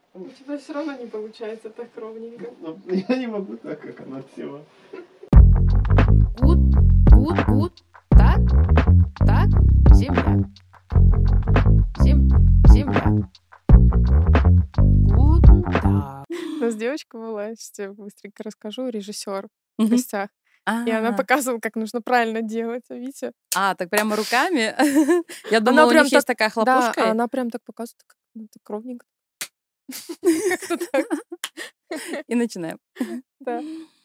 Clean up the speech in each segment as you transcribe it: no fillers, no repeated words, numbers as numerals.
У тебя все равно не получается так ровненько. Я не могу так, как она села. Гуд. Так, земля. Земля. Гутен. У нас девочка была, сейчас тебе быстренько расскажу, режиссер в гостях. И она А, показывала, как нужно правильно делать, а Витя. так прямо руками? Я думала, у прям них есть такая Да, хлопушка. она прям так показывает, как так ровненько. Как-то так. И начинаем. Да.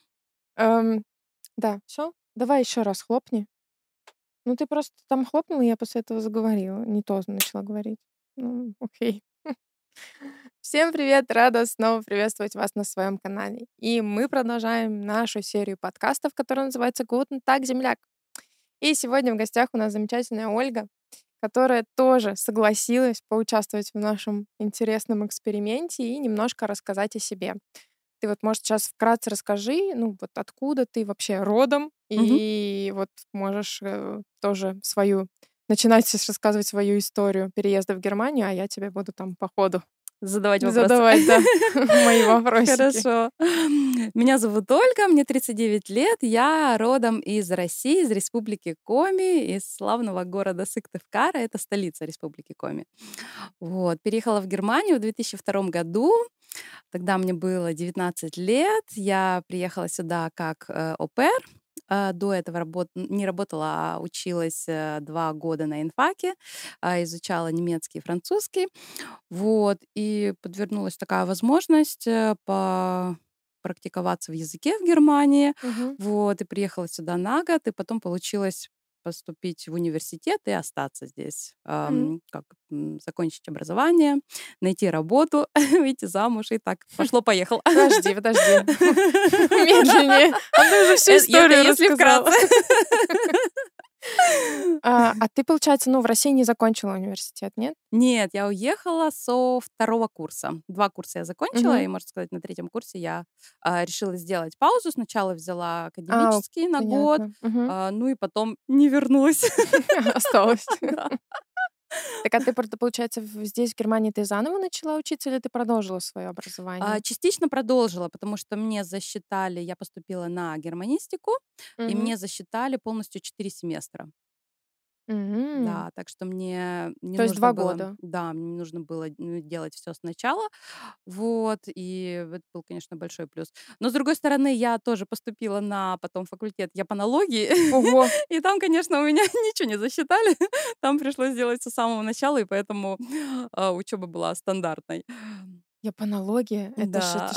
Да, все. Давай еще раз хлопни. Ну, ты просто там хлопнула, и я после этого заговорила. Не то начала говорить. Ну, окей. Всем привет! Рада снова приветствовать вас на своем канале. И мы продолжаем нашу серию подкастов, которая называется «Гутен так, земляк». И сегодня в гостях у нас замечательная Ольга, которая тоже согласилась поучаствовать в нашем интересном эксперименте и немножко рассказать о себе. Ты вот, может, сейчас вкратце расскажи, ну вот откуда ты вообще родом, и вот можешь тоже начинать сейчас рассказывать свою историю переезда в Германию, а я тебе буду там по ходу Задавать вопросы. задавать, да, мои вопросики. Хорошо. Меня зовут Ольга, мне 39 лет. Я родом из России, из Республики Коми, из славного города Сыктывкара. Это столица Республики Коми. Вот. Переехала в Германию в 2002 году. Тогда мне было 19 лет. Я приехала сюда как au-pair. До этого не работала, а училась 2 года на инфаке, изучала немецкий и французский. Вот. И подвернулась такая возможность попрактиковаться в языке в Германии. Мгм. Вот. И приехала сюда на год, и потом получилось поступить в университет и остаться здесь, Мгм. закончить образование, найти работу, выйти замуж, и так пошло-поехало. Подожди. Медленнее. А ты уже всю историю Это если рассказала. вкратце. А ты, получается, в России не закончила университет, нет? Нет, я уехала со 2 курса. 2 курса я закончила, Мгм. и, можно сказать, на 3-м курсе я решила сделать паузу. Сначала взяла А, академический на год, понятно. Мгм. ну и потом не вернулась. Осталось. Да. Так, а ты, получается, здесь, в Германии, ты заново начала учиться или ты продолжила свое образование? Частично продолжила, потому что мне засчитали, я поступила на германистику, и Мгм. мне засчитали полностью 4 семестра. Мгм. Да, так что мне не То есть нужно 2 было, года. да, мне не нужно было делать все сначала. Вот, и это был, конечно, большой плюс. Но, с другой стороны, я тоже поступила на потом факультет японологии, Ого! и там, конечно, у меня ничего не засчитали. Там пришлось делать все с самого начала, и поэтому учеба была стандартной. Японология? Да,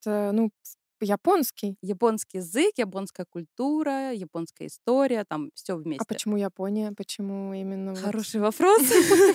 японский. японский язык, японская культура, японская история, там все А вместе. почему Япония? Почему именно вот? Хороший вопрос.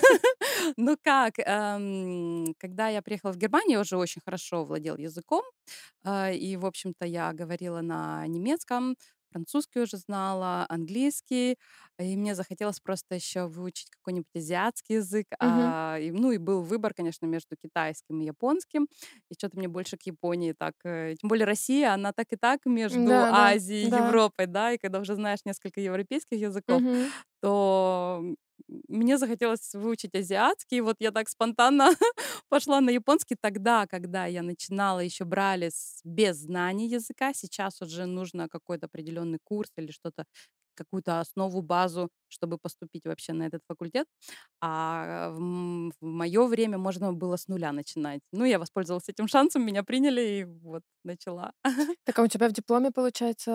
Ну как, когда я приехала в Германию, я уже очень хорошо владела языком. И, в общем-то, я говорила на немецком, французский уже знала, английский. И мне захотелось просто еще выучить какой-нибудь азиатский язык. Мгм. Ну и был выбор, конечно, между китайским и японским. И что-то мне больше к Японии так. Тем более Россия, она так и так между Да, да, Азией и да. Европой, да. И когда уже знаешь несколько европейских языков, Мгм. то мне захотелось выучить азиатский. Вот я так спонтанно пошла на японский тогда, когда я начинала, еще брали без знаний языка. Сейчас уже нужно какой-то определенный курс или что-то, какую-то основу, базу, чтобы поступить вообще на этот факультет. А в мое время можно было с нуля начинать. Ну, я воспользовалась этим шансом, меня приняли, и вот начала. Так, а у тебя в дипломе, получается,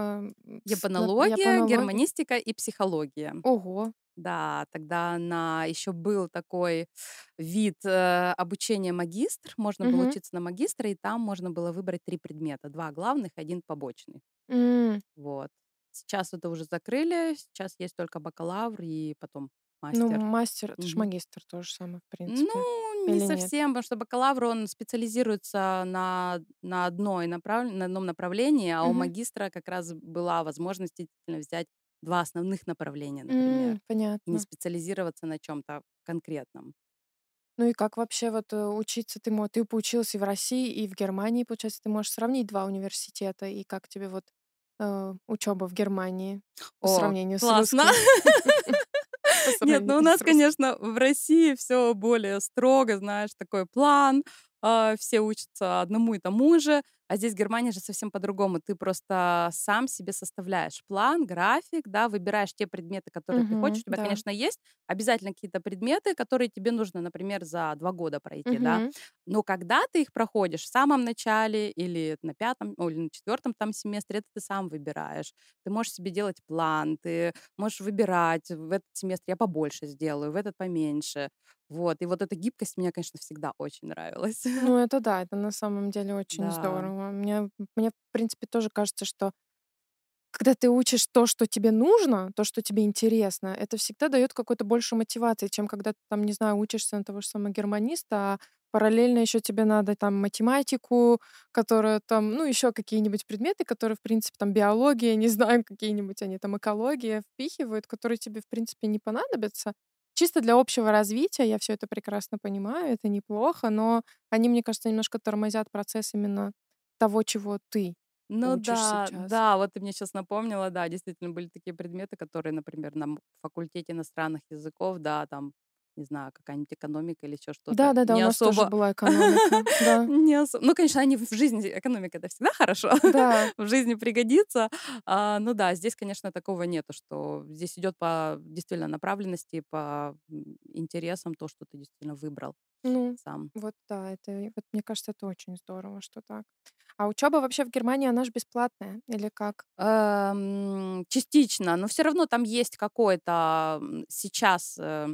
Японология, японология? германистика и психология. Ого! Да, тогда еще был такой вид обучения магистр. Можно было Мгм. учиться на магистра, и там можно было выбрать 3 предмета. 2 главных, 1 побочный. М. Вот. Сейчас это уже закрыли. Сейчас есть только бакалавр и потом Ну, мастер. мастер — это ж Мгм. магистр то же самое, в принципе. Ну, не Или нет? совсем, потому что бакалавр, он специализируется на одном направлении, а у Мгм. магистра как раз была возможность действительно взять 2 основных направления, например, и не Понятно. специализироваться на чем то конкретном. Ну и как вообще вот, учиться ты поучилась и в России, и в Германии, получается, ты можешь сравнить 2 университета, и как тебе вот, учёба в Германии по О, сравнению с классно! русской? По Нет, сравнению ну у с нас, русской. конечно, в России все более строго, знаешь, такой план, все учатся одному и тому же. А здесь в Германии же совсем по-другому. Ты просто сам себе составляешь план, график, да, выбираешь те предметы, которые ты хочешь. Мгм. У тебя, Да. конечно, есть обязательно какие-то предметы, которые тебе нужно, например, за 2 года пройти, да. Мгм. Но когда ты их проходишь в самом начале или на пятом, или на четвертом там семестре, это ты сам выбираешь. Ты можешь себе делать план, ты можешь выбирать: в этот семестр я побольше сделаю, в этот поменьше. Вот. И вот эта гибкость мне, конечно, всегда очень нравилась. Ну, это да, это на самом деле очень Да. здорово. Мне, в принципе, тоже кажется, что когда ты учишь то, что тебе нужно, то, что тебе интересно, это всегда дает какой-то больше мотивации, чем когда ты там, не знаю, учишься на того же самого германиста, а параллельно еще тебе надо там математику, которая там, ну, еще какие-нибудь предметы, которые, в принципе, там биология, не знаю, какие-нибудь они там экология впихивают, которые тебе, в принципе, не понадобятся. Чисто для общего развития, я все это прекрасно понимаю, это неплохо, но они, мне кажется, немножко тормозят процесс именно того, чего ты Ну учишь да, сейчас. да, вот ты мне сейчас напомнила, да, действительно были такие предметы, которые, например, на факультете иностранных языков, да, там, не знаю, какая-нибудь экономика или еще что-то, Да-да-да, у не нас тоже особо, была экономика. Да, не особо, ну, конечно, они в жизни, экономика это всегда хорошо, да. в жизни пригодится, ну да, здесь, конечно, такого нету, что здесь идет по действительно направленности, по интересам то, что ты действительно выбрал Ну, сам. вот да, вот мне кажется, это очень здорово, что так. А учеба вообще в Германии, она ж бесплатная или как? Частично, но все равно там есть какой-то сейчас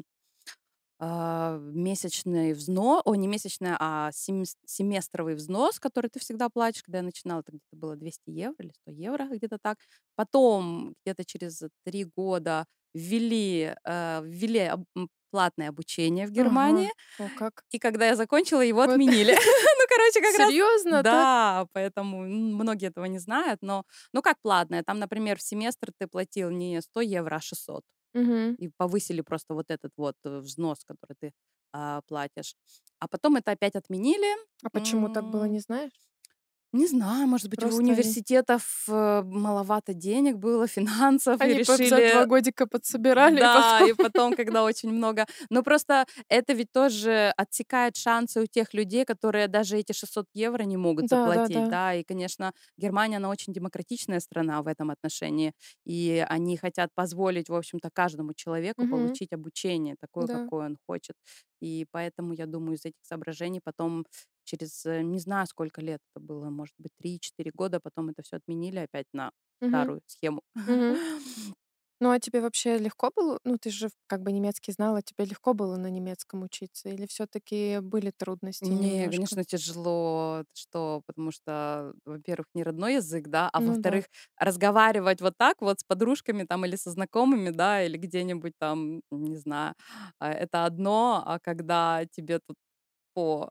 месячный взнос, о, не месячный, а семестровый взнос, который ты всегда платишь. Когда я начинала, это где-то было 200 евро или 100 евро, где-то так. Потом где-то через 3 года ввели платное обучение в Германии, Ага. О, как. и когда я закончила, его Вот отменили. Ну, короче, как раз серьезно, так? да, поэтому многие этого не знают, но ну, как платное? Там, например, в семестр ты платил не 100 евро, а 600. Мгм. И повысили просто вот этот вот, взнос, который ты, платишь. А потом это опять отменили. А почему так было, М, не знаешь? не знаю, может быть, у Просто университетов, маловато денег было, финансов, и они за 2 решили годика подсобирали, и да, потом и потом, когда очень много. Но просто это ведь тоже отсекает шансы у тех людей, которые даже эти 600 евро не могут Да-да-да. заплатить, да. И, конечно, Германия, она очень демократичная страна в этом отношении, и они хотят позволить, в общем-то, каждому человеку Мгм. получить обучение такое, Да. какое он хочет. И поэтому, я думаю, из этих соображений потом через, не знаю, сколько лет это было, может быть, 3-4 года, потом это все отменили опять на Мгм. старую схему. Мгм. Ну, а тебе вообще легко было? Ну, ты же как бы немецкий знала, тебе легко было на немецком учиться или все таки были трудности Не, немножко? конечно, тяжело. Ты что? Потому что, во-первых, не родной язык, да, а Ну да. во-вторых, разговаривать вот так вот с подружками там или со знакомыми, да, или где-нибудь там, не знаю, это одно, а когда тебе тут по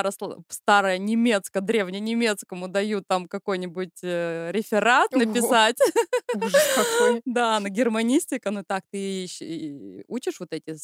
древненемецкому дают там какой-нибудь реферат Ого, написать, ужас какой. да, на германистика, ну так ты учишь вот эти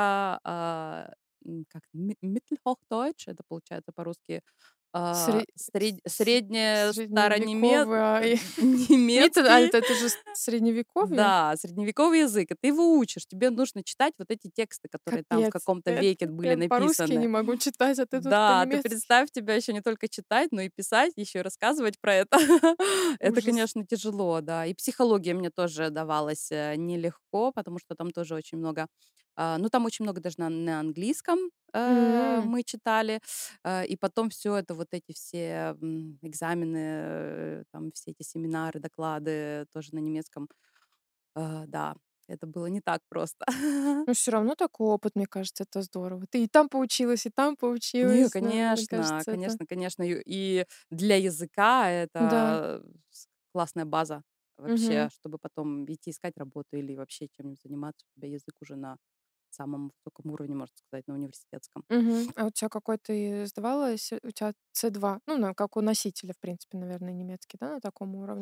как Mittelhochdeutsch, это получается по-русски Сре с средне средневековый, немецкий, это же Средневековье? да, средневековый язык, и ты его учишь. Тебе нужно читать вот эти тексты, которые там в Капец. каком-то веке Я были по-русски не написаны. могу читать, а ты тут Да, ты по-немецки. представь, тебя еще не только читать, но и писать, еще и рассказывать про это. Это, Ужас. конечно, тяжело, да. И психология мне тоже давалась нелегко, потому что там тоже очень много, ну, там очень много даже на английском М. мы читали, и потом все это, вот эти все экзамены, там все эти семинары, доклады тоже на немецком. Да, это было не так просто. Но всё равно такой опыт, мне кажется, это здорово. Ты и там поучилась, и там Не, поучилась. Ну, мне конечно, кажется, это конечно, конечно. И для языка да. это классная база Мгм. вообще, чтобы потом идти искать работу или вообще чем-нибудь заниматься. У тебя язык уже на самом высоком уровне, можно сказать, на университетском. Мгм. А у тебя какой ты сдавала? У тебя C2? Ну, как у носителя, в принципе, наверное, немецкий, да, на таком уровне?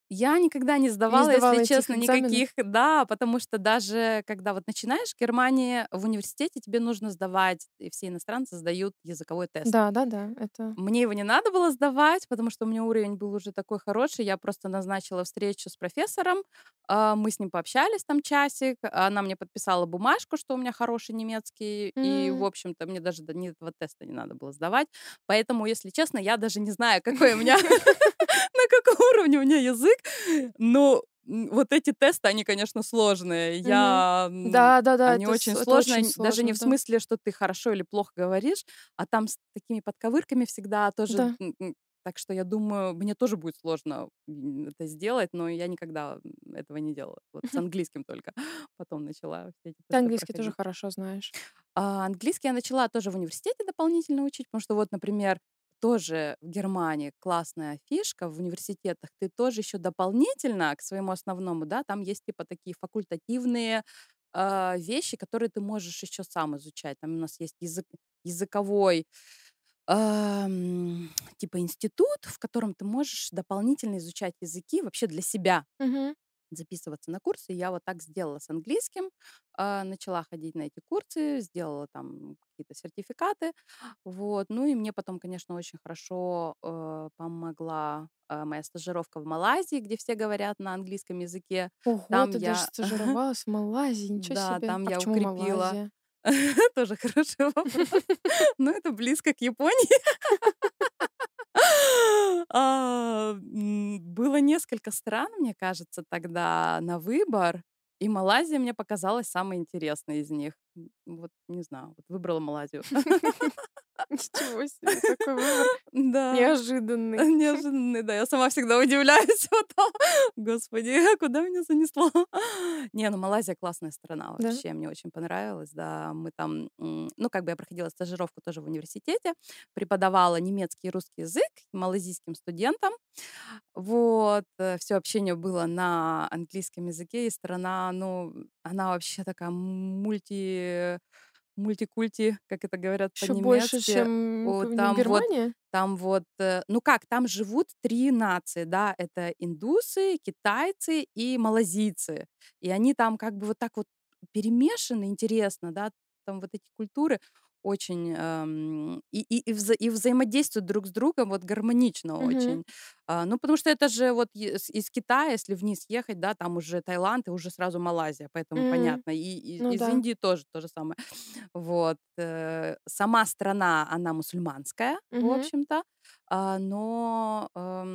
Я никогда не Не сдавала, сдавала если этих честно, экзаменов? никаких, да, потому что даже когда вот начинаешь в Германии, в университете тебе нужно сдавать, и все иностранцы сдают языковой тест. Да-да-да, это Мне его не надо было сдавать, потому что у меня уровень был уже такой хороший. Я просто назначила встречу с профессором, мы с ним пообщались там часик, она мне подписала бумажку, что у меня хороший немецкий, и, в М. общем-то, мне даже ни этого теста не надо было сдавать. Поэтому, если честно, я даже не знаю, какой у меня, на каком уровне у меня язык, но вот эти тесты, они, конечно, сложные. Мгм. Да-да-да, Они очень это очень сложные, даже не сложно, в да. смысле, что ты хорошо или плохо говоришь, а там с такими подковырками всегда тоже. Да. Так что я думаю, мне тоже будет сложно это сделать, но я никогда этого не делала. Вот с английским только потом начала все эти Ты тесты английский тоже проходить. хорошо знаешь. Английский я начала тоже в университете дополнительно учить, потому что вот, например, тоже в Германии классная фишка в университетах. Ты тоже еще дополнительно к своему основному, да, там есть типа такие факультативные вещи, которые ты можешь еще сам изучать. Там у нас есть языковой типа институт, в котором ты можешь дополнительно изучать языки вообще для себя, Мгм. записываться на курсы. Я вот так сделала с английским, начала ходить на эти курсы, сделала там какие-то сертификаты, вот. Ну и мне потом, конечно, очень хорошо помогла моя стажировка в Малайзии, где все говорят на английском языке. Ого, Там ты даже я, стажировалась в Малайзии, ничего да, себе. там А я почему укрепила. Малайзия? Тоже хороший вопрос. Но это близко к Японии. Было несколько стран, мне кажется, тогда на выбор, и Малайзия мне показалась самой интересной из них. Вот не знаю, вот выбрала Малайзию. Ничего себе, какой выбор Да. неожиданный. Неожиданный, да. Я сама всегда удивляюсь потом. Господи, куда меня занесло? Не, ну Малайзия классная страна Да? вообще, мне очень понравилось, да. Мы там, ну, как бы я проходила стажировку тоже в университете, преподавала немецкий и русский язык малазийским студентам. Вот, все общение было на английском языке, и страна, ну, она вообще такая мультикульти, как это говорят Еще больше, по-немецки. чем О, Германия? там вот, ну как, там живут 3 нации, да, это индусы, китайцы и малазийцы. И они там как бы вот так вот перемешаны, интересно, да, там вот эти культуры очень, и взаимодействуют друг с другом вот гармонично Мгм. очень. Ну, потому что это же вот из Китая, если вниз ехать, да, там уже Таиланд и уже сразу Малайзия, поэтому М. понятно. И Ну из да. Индии тоже то же самое. Вот, сама страна, она мусульманская, в Мгм. общем-то, но,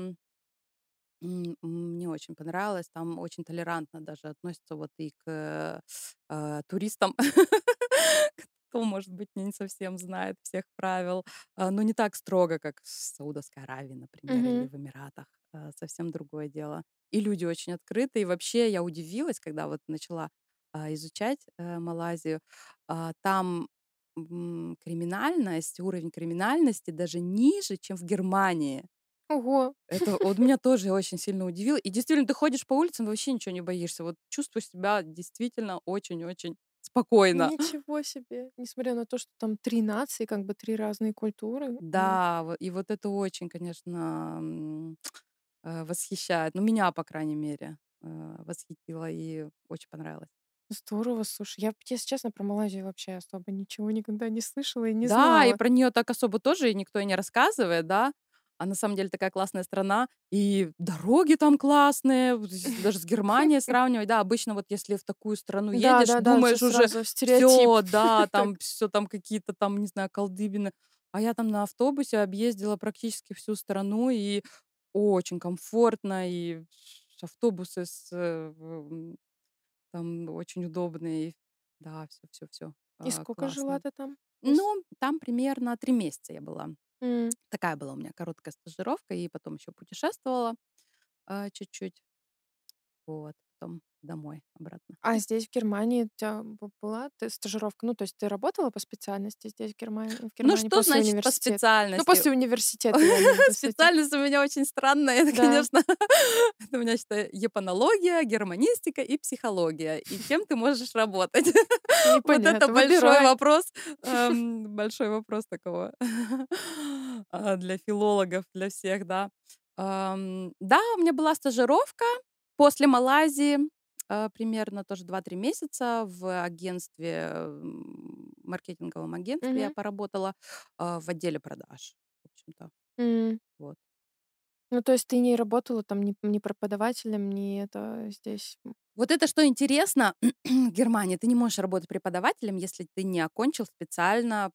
мне очень понравилось. Там очень толерантно даже относятся вот и к, туристам, кто, может быть, не совсем знает всех правил. Но не так строго, как в Саудовской Аравии, например, или Мгм. в Эмиратах. Совсем другое дело. И люди очень открыты. И вообще я удивилась, когда вот начала, изучать, Малайзию. Там, криминальность, уровень криминальности даже ниже, чем в Германии. Ого! Это вот меня тоже очень сильно удивило. И действительно, ты ходишь по улицам, вообще ничего не боишься. Вот чувствуешь себя действительно очень-очень спокойно. Ничего себе! Несмотря на то, что там 3 нации, как бы 3 разные культуры. Да, и вот это очень, конечно, восхищает. Ну, меня, по крайней мере, восхитило и очень понравилось. Здорово, слушай. Я, если честно, про Малайзию вообще особо ничего никогда не слышала и не Да, и знала. про нее так особо тоже никто и не рассказывает, да. А на самом деле такая классная страна, и дороги там классные, вот если даже с Германией сравнивать. Да, обычно вот если в такую страну едешь, Да-да-да, это думаешь уже сразу стереотип. все, да, Так. там все там какие-то там, не знаю, колдыбины. А я там на автобусе объездила практически всю страну, и очень комфортно, и автобусы там очень удобные. Да, все И сколько жила классно. ты там? Ну, там примерно 3 месяца я была. М. Такая была у меня короткая стажировка, и потом еще путешествовала, чуть-чуть. Вот, потом домой обратно. А здесь, в Германии, у тя была ты стажировка? Ну, то есть ты работала по специальности здесь, в Ну, Германии, что после значит по университета? Ну, специальности? после университета, я имею в виду, с этим. Специальность у меня очень странная. Это, Да, конечно, это у меня, считай, японология, германистика и психология. И кем ты можешь работать? Вот это непонятно. Выбирай. большой вопрос такого для филологов, для всех, да. Да, у меня была стажировка после Малайзии, примерно тоже 2-3 месяца в агентстве, маркетинговом агентстве я Мгм. поработала, в отделе продаж, в общем-то. М. Вот. Ну, то есть ты не работала там ни преподавателем, ни это здесь? Вот это что интересно, в Германии ты не можешь работать преподавателем, если ты не окончил специально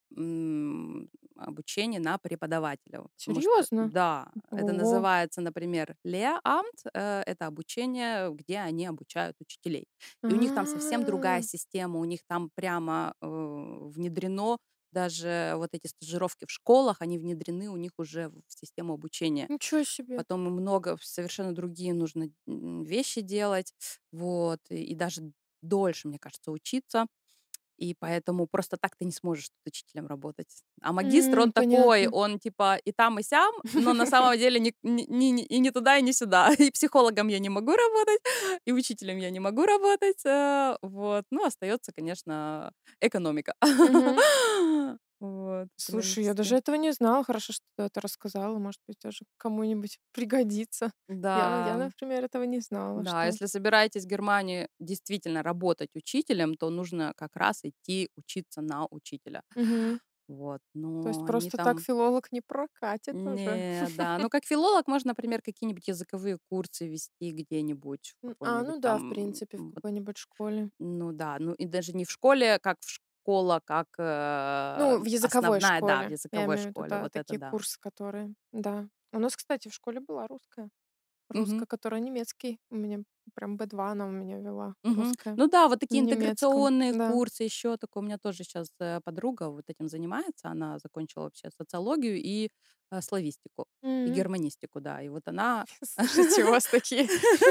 обучение на преподавателя. Потому что, Серьезно? да, это Ого. называется, например, Lehramt, это обучение, где они обучают учителей. И у них там совсем другая А. система, у них там прямо внедрено даже вот эти стажировки в школах, они внедрены у них уже в систему обучения. Ничего себе. Потом им много совершенно другие нужно вещи делать, вот, и даже дольше, мне кажется, учиться. И поэтому просто так ты не сможешь тут учителем работать. А магистр, он такой, Понятно. он типа и там, и сям, но на самом деле и не туда, и не сюда. И психологом я не могу работать, и учителем я не могу работать. Вот. Ну, остается, конечно, экономика. Мгм. Вот, Слушай, я даже экономические. этого не знала. Хорошо, что ты это рассказала. Может быть, даже кому-нибудь пригодится. Я, Да. например, этого не знала, Да, что. если собираетесь в Германии действительно работать учителем, то нужно как раз идти учиться на учителя. Мгм. Вот, То есть но они просто так там филолог не прокатит уже. не, да. Ну, как филолог можно, например, какие-нибудь языковые курсы вести где-нибудь в какой-нибудь Ну да, в там, принципе, в какой-нибудь школе. ну да, ну и даже не в школе, как в школа, как Ну, в языковой основная, да, в школе. Я языковой имею в виду, школе, да, вот это такие да. курсы, которые, да. У нас, кстати, в школе была русская. Мгм. Русская, которая немецкий. У меня прям B2 она у меня вела. Мгм. Русская Ну да, вот на такие немецком. интеграционные Да. курсы еще такое. У меня тоже сейчас подруга вот этим занимается. Она закончила вообще социологию и славистику, и М. германистику, да. И вот она... Слушайте, у вас такие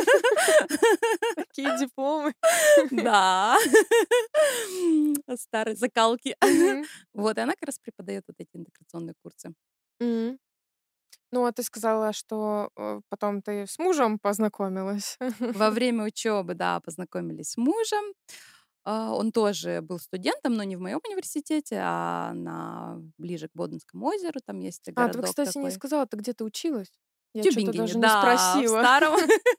такие дипломы. Да. Старые закалки. Мгм. Вот, и она как раз преподает вот эти интеграционные курсы. М. Ну, а ты сказала, что, потом ты с мужем познакомилась. Во время учебы, да, познакомились с мужем. Он тоже был студентом, но не в моем университете, а ближе к Боденскому озеру. Там есть А, ты, городок кстати, не такой. сказала, ты где ты училась? В Я что то Тюбингене, даже не да, в спросила. старом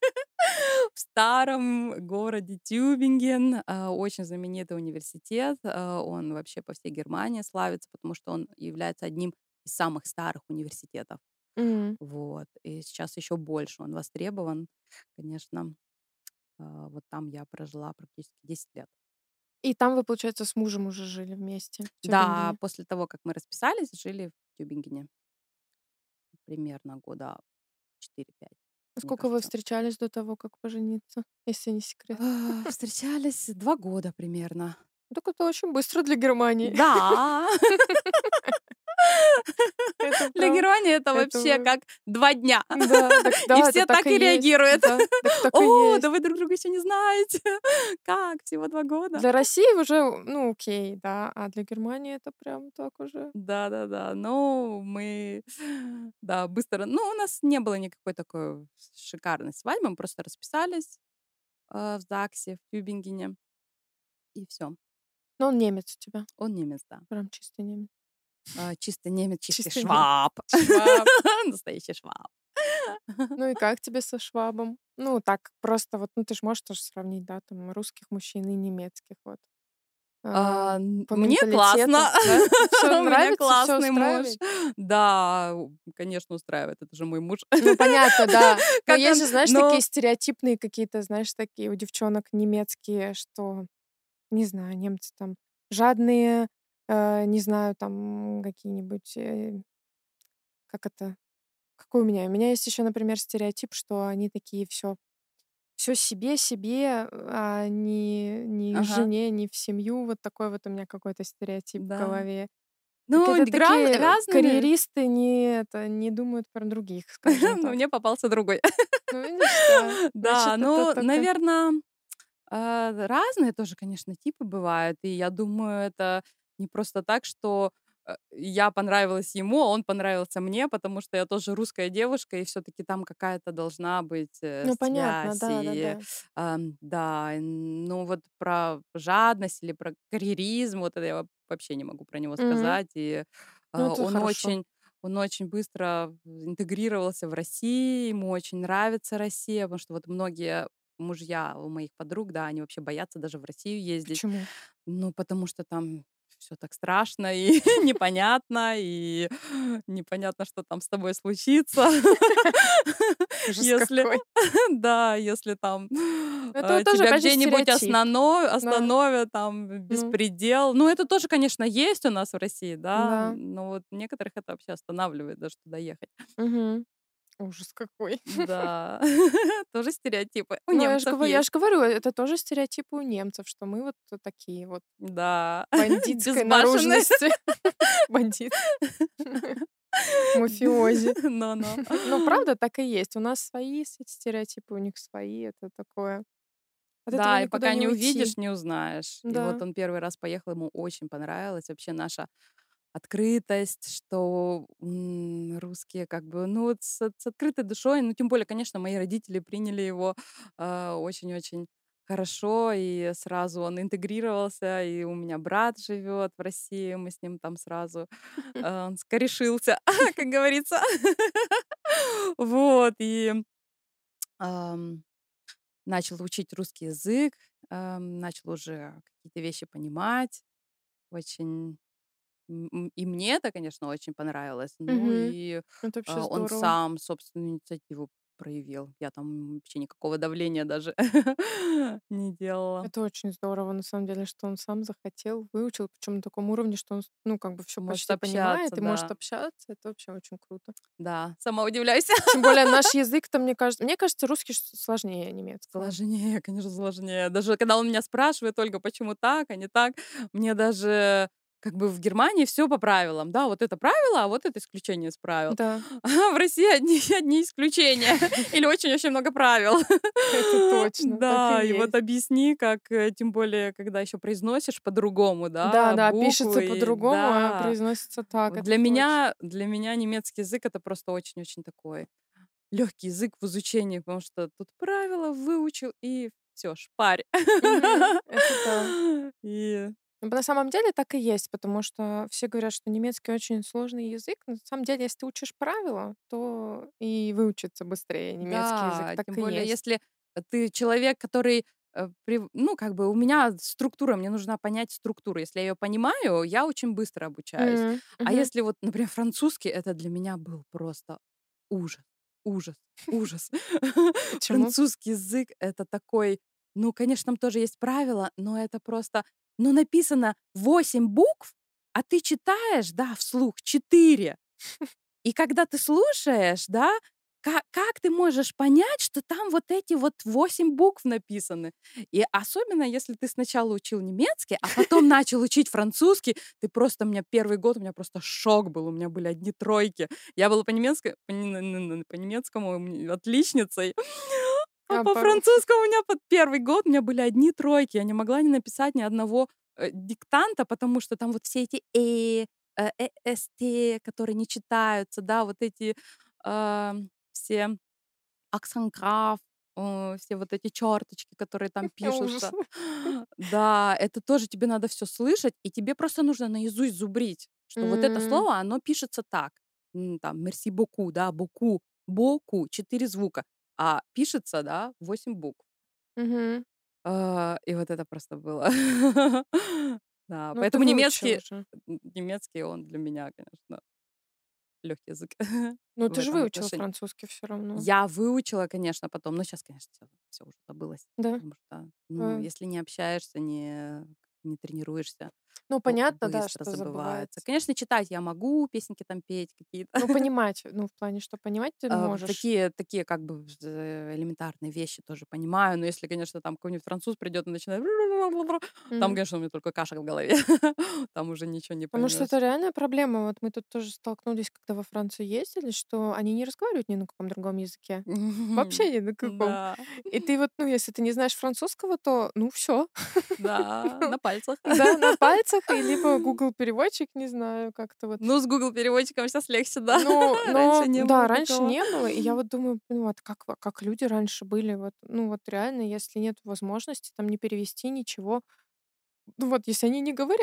в старом городе Тюбинген. Очень знаменитый университет. Он вообще по всей Германии славится, потому что он является одним из самых старых университетов. М. Вот. И сейчас еще больше он востребован, конечно. Вот там я прожила практически 10 лет. И там вы, получается, с мужем уже жили вместе в Да, Тюбингене? после того, как мы расписались, жили в Тюбингене примерно года 4-5, мне Сколько вы кажется. встречались до того, как пожениться, если не секрет? Встречались 2 года примерно. Так это очень быстро для Германии. Да. Это Для прям, Германии это это вообще вы как 2 дня. да, так И да, это все так так и и есть. реагируют. Да, так и О, да есть. вы друг друга еще не знаете. Как? Всего 2 года? Для России уже, ну, окей, да, а для Германии это прям так уже. Да-да-да. Ну, мы, да, быстро. Ну, у нас не было никакой такой шикарной свадьбы. Мы просто расписались, в ЗАГСе, в Тюбингене, и все. Но он немец у тебя, Он немец, да. прям чистый немец. Чистый немец, чистый Чистый немец. шваб. Шваб. Настоящий шваб. Ну и как тебе со Швабом? Ну, так просто вот, ну, ты ж можешь тоже сравнить, да, там русских мужчин и немецких вот. По Мне классно. менталитету, да? Все У меня нравится, все классный муж. устраивает? Да, конечно, устраивает. Это же мой муж. Ну, понятно, да. Но Как есть он же, знаешь, такие но стереотипные какие-то, знаешь, такие у девчонок немецкие, что, не знаю, немцы там жадные, не знаю, там какие-нибудь, как это, какой у меня? У меня есть еще, например, стереотип, что они такие все себе, а ни Ага, жене, ни в семью. Вот такой вот у меня какой-то стереотип в да. голове. Ну, Какие-то такие разные. карьеристы не думают про других, скажем Но так. мне попался другой. Ну, видишь, да. Значит, Да, это ну, только. наверно, разные тоже, конечно, типы бывают. И я думаю, это не просто так, что, я понравилась ему, а он понравился мне, потому что я тоже русская девушка, и все таки там какая-то должна быть, Ну, понятно, связь. И, да-да-да. да, ну, вот про жадность или про карьеризм, вот это я вообще не могу про него Мгм. сказать. И, Ну, это он хорошо. очень он очень быстро интегрировался в России, ему очень нравится Россия, потому что вот многие мужья у моих подруг, да, они вообще боятся даже в Россию ездить. Почему? Ну, потому что там все так страшно и непонятно, и непонятно, что там с тобой случится. Ужас Если, какой. да, если там Это вот тоже, тебя опять же, где-нибудь стереотип. Да. остановят, там Ну, беспредел. Ну, это тоже, конечно, есть у нас в России, да, да. но вот некоторых это вообще останавливает даже туда ехать. Мгм. Ужас какой. Да, тоже стереотипы у Ну, немцев я есть. ж говорю, это тоже стереотипы у немцев, что мы вот такие вот Да, бандитской безбашенные. наружности. Бандит. Мафиози. Но-но. Ну, правда, так и есть. У нас свои стереотипы, у них свои. Это такое. От этого Да, и никуда пока не не уйти. увидишь, не узнаешь. И вот Да. он первый раз поехал, ему очень понравилось вообще наша открытость, что русские как бы, ну вот с открытой душой, ну тем более, конечно, мои родители приняли его очень-очень хорошо, и сразу он интегрировался, и у меня брат живет в России, мы с ним там сразу, он скорешился, как говорится. Вот, и ам, начал учить русский язык, начал уже какие-то вещи понимать, очень и мне это, конечно, очень понравилось. Ну Мгм. и, Это вообще он здорово. сам собственную инициативу проявил. Я там вообще никакого давления даже не делала. Это очень здорово, на самом деле, что он сам захотел, выучил, причем на таком уровне, что он, ну, как бы все Может почти общаться, понимает и может да. общаться. Это вообще очень круто. Да, сама удивляюсь. Тем более наш язык-то, мне кажется, русский сложнее немецкого. Сложнее, конечно, сложнее. Даже когда он меня спрашивает: "Ольга, почему так, а не так?" Мне даже как бы в Германии все по правилам. Да, вот это правило, а вот это исключение из правил. Да, А в России одни исключения или очень-очень много правил. это точно, так и Да, и вот есть. объясни, как, тем более, когда еще произносишь по-другому, да, Да-да, буквы, пишется и по-другому, а да. произносится так, Вот это для точно. меня для меня немецкий язык — это просто очень-очень такой легкий язык в изучении, потому что тут правила выучил и все, шпарь. Мгм. Это да. И На самом деле так и есть, потому что все говорят, что немецкий очень сложный язык. Но на самом деле, если ты учишь правила, то и выучится быстрее немецкий язык. да, Так тем и более, есть. если ты человек, который, ну, как бы у меня структура, мне нужно понять структуру. Если я ее понимаю, я очень быстро обучаюсь. А Мгм. если вот, например, французский, это для меня был просто ужас, ужас, ужас. Почему? Французский язык — это такой, ну, конечно, там тоже есть правила, но это просто, ну, написано 8 букв, а ты читаешь, да, вслух 4. И когда ты слушаешь, да, как ты можешь понять, что там вот эти вот 8 букв написаны? И особенно, если ты сначала учил немецкий, а потом начал учить французский, ты просто, у меня первый год, у меня просто шок был, у меня были одни тройки. Я была по немецкому отличницей, а А по французскому у меня под первый год у меня были одни тройки. Я не могла не написать ни одного диктанта, потому что там вот все эти ст, которые не читаются, да, вот эти все аксанграф, все вот эти черточки, которые там ужас. пишутся. Да, это тоже тебе надо все слышать, и тебе просто нужно наизусть зубрить, что вот это М, слово, оно пишется так. Там merci beaucoup, да, боку, боку, 4 звука, а пишется, да, 8 букв. мгм. И вот это просто было. Да, Ну, ты поэтому выучил немецкий уже. немецкий, он для меня, конечно, легкий язык Ну, в ты же этом выучил отношении. французский все равно. Я выучила, конечно, потом, но сейчас, конечно, все уже забылось, Да? потому что, ну, А, если не общаешься, не тренируешься, ну, то понятно, да, быстро что забывается. забывается. Конечно, читать я могу, песенки там петь какие-то. Ну, понимать, ну, в плане, что понимать ты можешь. Такие как бы элементарные вещи тоже понимаю, но если, конечно, там какой-нибудь француз придет и начинает там, Мгм. конечно, у меня только каша в голове, там уже ничего не Потому что поймешь. это реальная проблема. Вот мы тут тоже столкнулись, когда во Францию ездили, что они не разговаривают ни на каком другом языке. Вообще ни на каком. Да, И ты вот, ну, если ты не знаешь французского, то, ну, все. да, на пальцах. Да, на пальцах, и либо Google переводчик, не знаю, как-то вот. Ну, с Google переводчиком сейчас легче, да. Ну, Раньше но не да, было раньше такого. не было, и я вот думаю, ну вот как люди раньше были, вот, ну вот реально, если нет возможности там не перевести ничего, ну вот если они не говорят.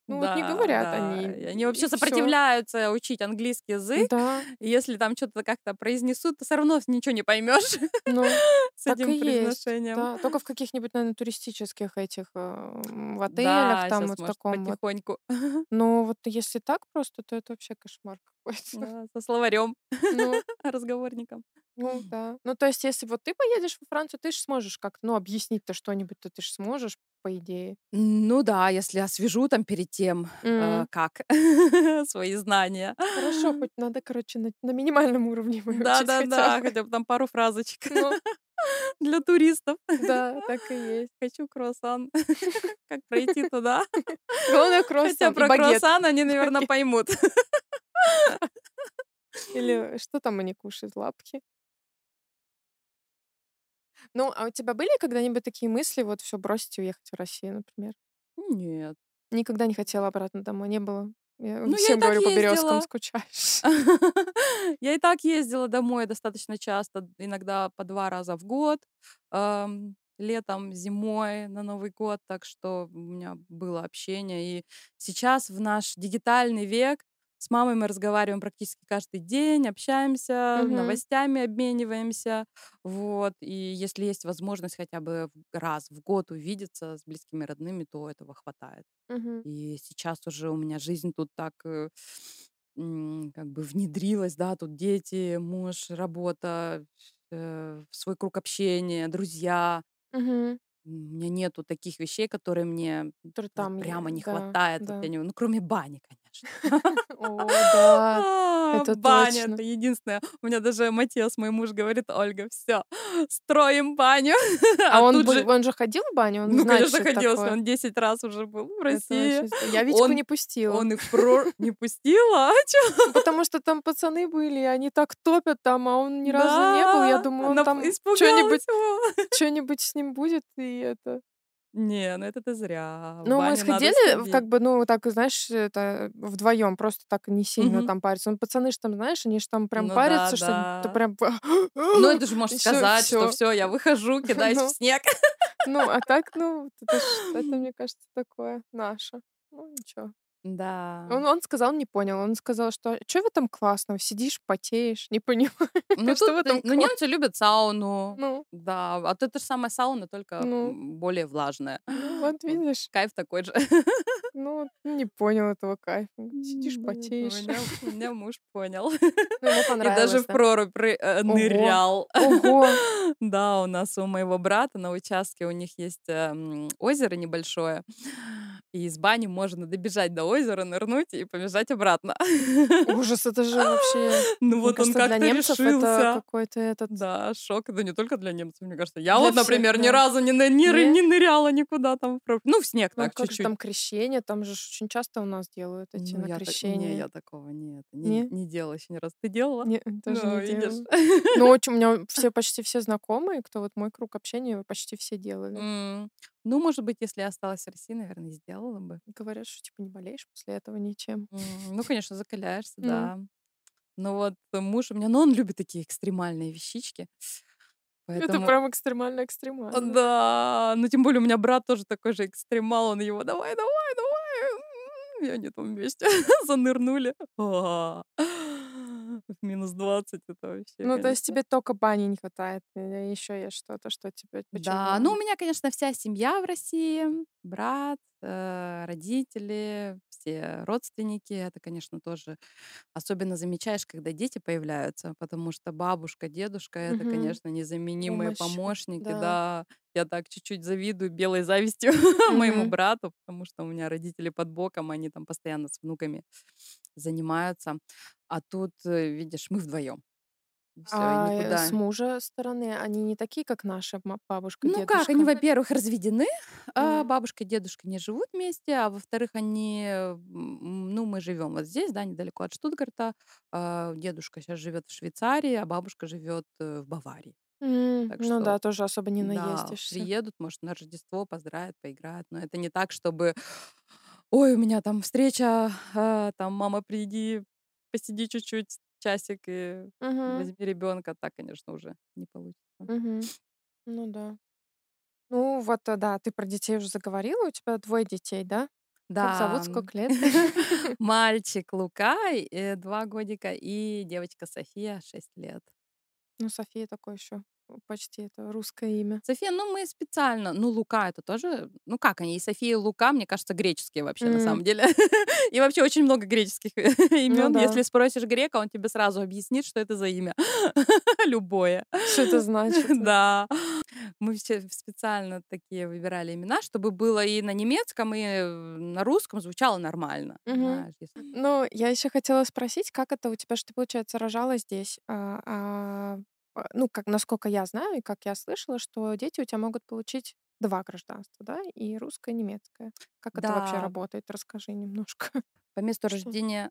Ну вот не Да, говорят да. они, И они вообще и все. сопротивляются учить английский язык. Да, И если там что то как-то произнесут, ты все равно ничего не поймешь ну, с так и этим есть. произношением. Да, только в каких-нибудь, наверное, туристических этих, в отелях, Да, там сейчас вот в может, таком вот. потихоньку, Но вот если так просто, то это вообще кошмар какой-то. да, со словарем, Ну, разговорником. ну да. Ну, то есть, если вот ты поедешь во Францию, ты ж сможешь как-то, ну, объяснить-то что-нибудь, то ты ж сможешь, по идее. Ну да, если освежу там перед тем, М. как свои знания. Хорошо, хоть надо, короче, на минимальном уровне выучить хотя Да-да-да, бы. хотя бы там пару фразочек Ну для туристов. да, так и есть. Хочу круассан. Как пройти туда? Главное Хотя круассан и про багет. круассан они, наверное, Багет. поймут. Или что там они кушают, лапки? Ну, а у тебя были когда-нибудь такие мысли, вот все бросить и уехать в Россию, например? Нет. Никогда не хотела обратно домой, не было? Я Ну, я и всем так говорю, по березкам ездила. скучаешь. Я и так ездила домой достаточно часто, иногда по 2 раза в год, летом, зимой, на Новый год, так что у меня было общение. И сейчас в наш дигитальный век с мамой мы разговариваем практически каждый день, общаемся, Мгм, новостями обмениваемся. Вот. И если есть возможность хотя бы раз в год увидеться с близкими родными, то этого хватает. мгм, И сейчас уже у меня жизнь тут так, как бы внедрилась, да, тут дети, муж, работа, свой круг общения, друзья. мгм. У меня нету таких вещей, которые мне Который вот там, прямо не да, хватает. Вот я да. не ну, кроме бани, конечно. О, да, это Баня — точно. это единственное. У меня даже Матиас, мой муж, говорит: "Ольга, все, строим баню". А А тут же он же ходил в баню? Он ну, знает, конечно, что это ходила, такое? он 10 раз уже был в Это России. очень я Витьку Он не пустила. он и не пустила? А чё? Ну, потому что там пацаны были, и они так топят там, а он ни разу не был. Я Да, думаю, он она там испугалась его. чё нибудь с ним будет, и это. Не, ну это ты зря. В Ну, мы баню надо сходили, сходить. как бы, ну, вот так, знаешь, это вдвоем, просто так не сильно Мгм. там париться. Ну, пацаны ж там, знаешь, они ж там прям Ну да, парятся, что ты да. прям Ну, это же можешь и всё, сказать, что всё. все, я выхожу, кидаюсь в Ну, снег. ну, а так, ну, это, мне кажется, такое наше. Ну, ничего. Да. Он сказал, не понял. Он сказал, что: "Чё в этом классного? Сидишь, потеешь, не понимаю, Ну, что тут, в этом ну, класс". немцы любят сауну. Ну, Да, а то это же самая сауна, только ну, более влажная. ну, вот Вот. видишь. Кайф такой же. Ну, вот не понял этого кайфа. Сидишь, Нет, у потеешь. меня у меня муж понял. Ну, ему И даже понравилось, в да? прорубь Ого! нырял. Ого! Да, у нас у моего брата на участке у них есть, озеро небольшое, и из бани можно добежать до озера, нырнуть и побежать обратно. Ужас, это же вообще, Ну мне вот он кажется, для как-то немцев это решился. какой-то этот Да, шок. Да не только для немцев, мне кажется. Я для вот, всех, например, ни да. разу Не? не ныряла никуда там. Ну, в снег Ну, так как же чуть-чуть. там крещение? Там же ж очень часто у нас делают эти Ну, на не, крещение. я такого нет, Не? не делала еще ни разу. Ты делала? Не, тоже Ну, не видишь. делаю. Но очень у меня почти все знакомые, кто вот мой круг общения, почти все делали. Ну, может быть, если я осталась в России, наверное, сделала бы. Говорят, что типа не болеешь после этого ничем. Ну, конечно, закаляешься, Ну, да. Но вот муж у меня, ну, он любит такие экстремальные вещички, это поэтому прям экстремально. да, ну, тем более у меня брат тоже такой же экстремал, он его: "Давай, давай, давай". И они там вместе занырнули. В -20 это вообще, Ну, то есть конечно. тебе только бани не хватает, или еще есть что-то, что тебе Да, ну, у почему? меня, конечно, вся семья в России, брат, родители, все родственники. Это, конечно, тоже особенно замечаешь, когда дети появляются, потому что бабушка, дедушка — это, Мгм. конечно, незаменимые Помощь, помощники. да. Да, я так чуть-чуть завидую белой завистью моему Мгм. брату, потому что у меня родители под боком, они там постоянно с внуками занимаются. А тут, видишь, мы вдвоем. Все, и А, с никуда. мужа стороны они не такие, как наши бабушка, Ну как, они, дедушка? во-первых, разведены, М. бабушка и дедушка не живут вместе, а во-вторых, они, ну, мы живем вот здесь, да, недалеко от Штутгарта. Дедушка сейчас живет в Швейцарии, а бабушка живет в Баварии. Так Ну что, да, тоже особо не да, наездишься. приедут, может, на Рождество поздравят, поиграют, но это не так, чтобы, ой, у меня там встреча, там, мама, приди, посиди чуть-чуть, часик и Мгм, возьми ребенка, так, конечно, уже не получится. мгм. Ну да. Ну вот, да, ты про детей уже заговорила, у тебя двое детей, да? Как Да, зовут, сколько лет? мальчик Лука, 2 годика, и девочка София, 6 лет. Ну, София такое еще почти это русское имя. София, ну, мы специально, ну, Лука это тоже, ну, как они, и София, и Лука, мне кажется, греческие вообще на М, самом деле. И вообще очень много греческих Ну имен. да. Если спросишь грека, он тебе сразу объяснит, что это за имя. Любое. Что это значит? Да. Мы все специально такие выбирали имена, чтобы было и на немецком, и на русском звучало нормально. Мгм. Знаешь, Ну, я еще хотела спросить, как это у тебя, что ты, получается, рожала здесь? Ну, как, насколько я знаю и как я слышала, что дети у тебя могут получить два гражданства, да, и русское, и немецкое. Как это вообще Да, работает? Расскажи немножко. по месту Что? рождения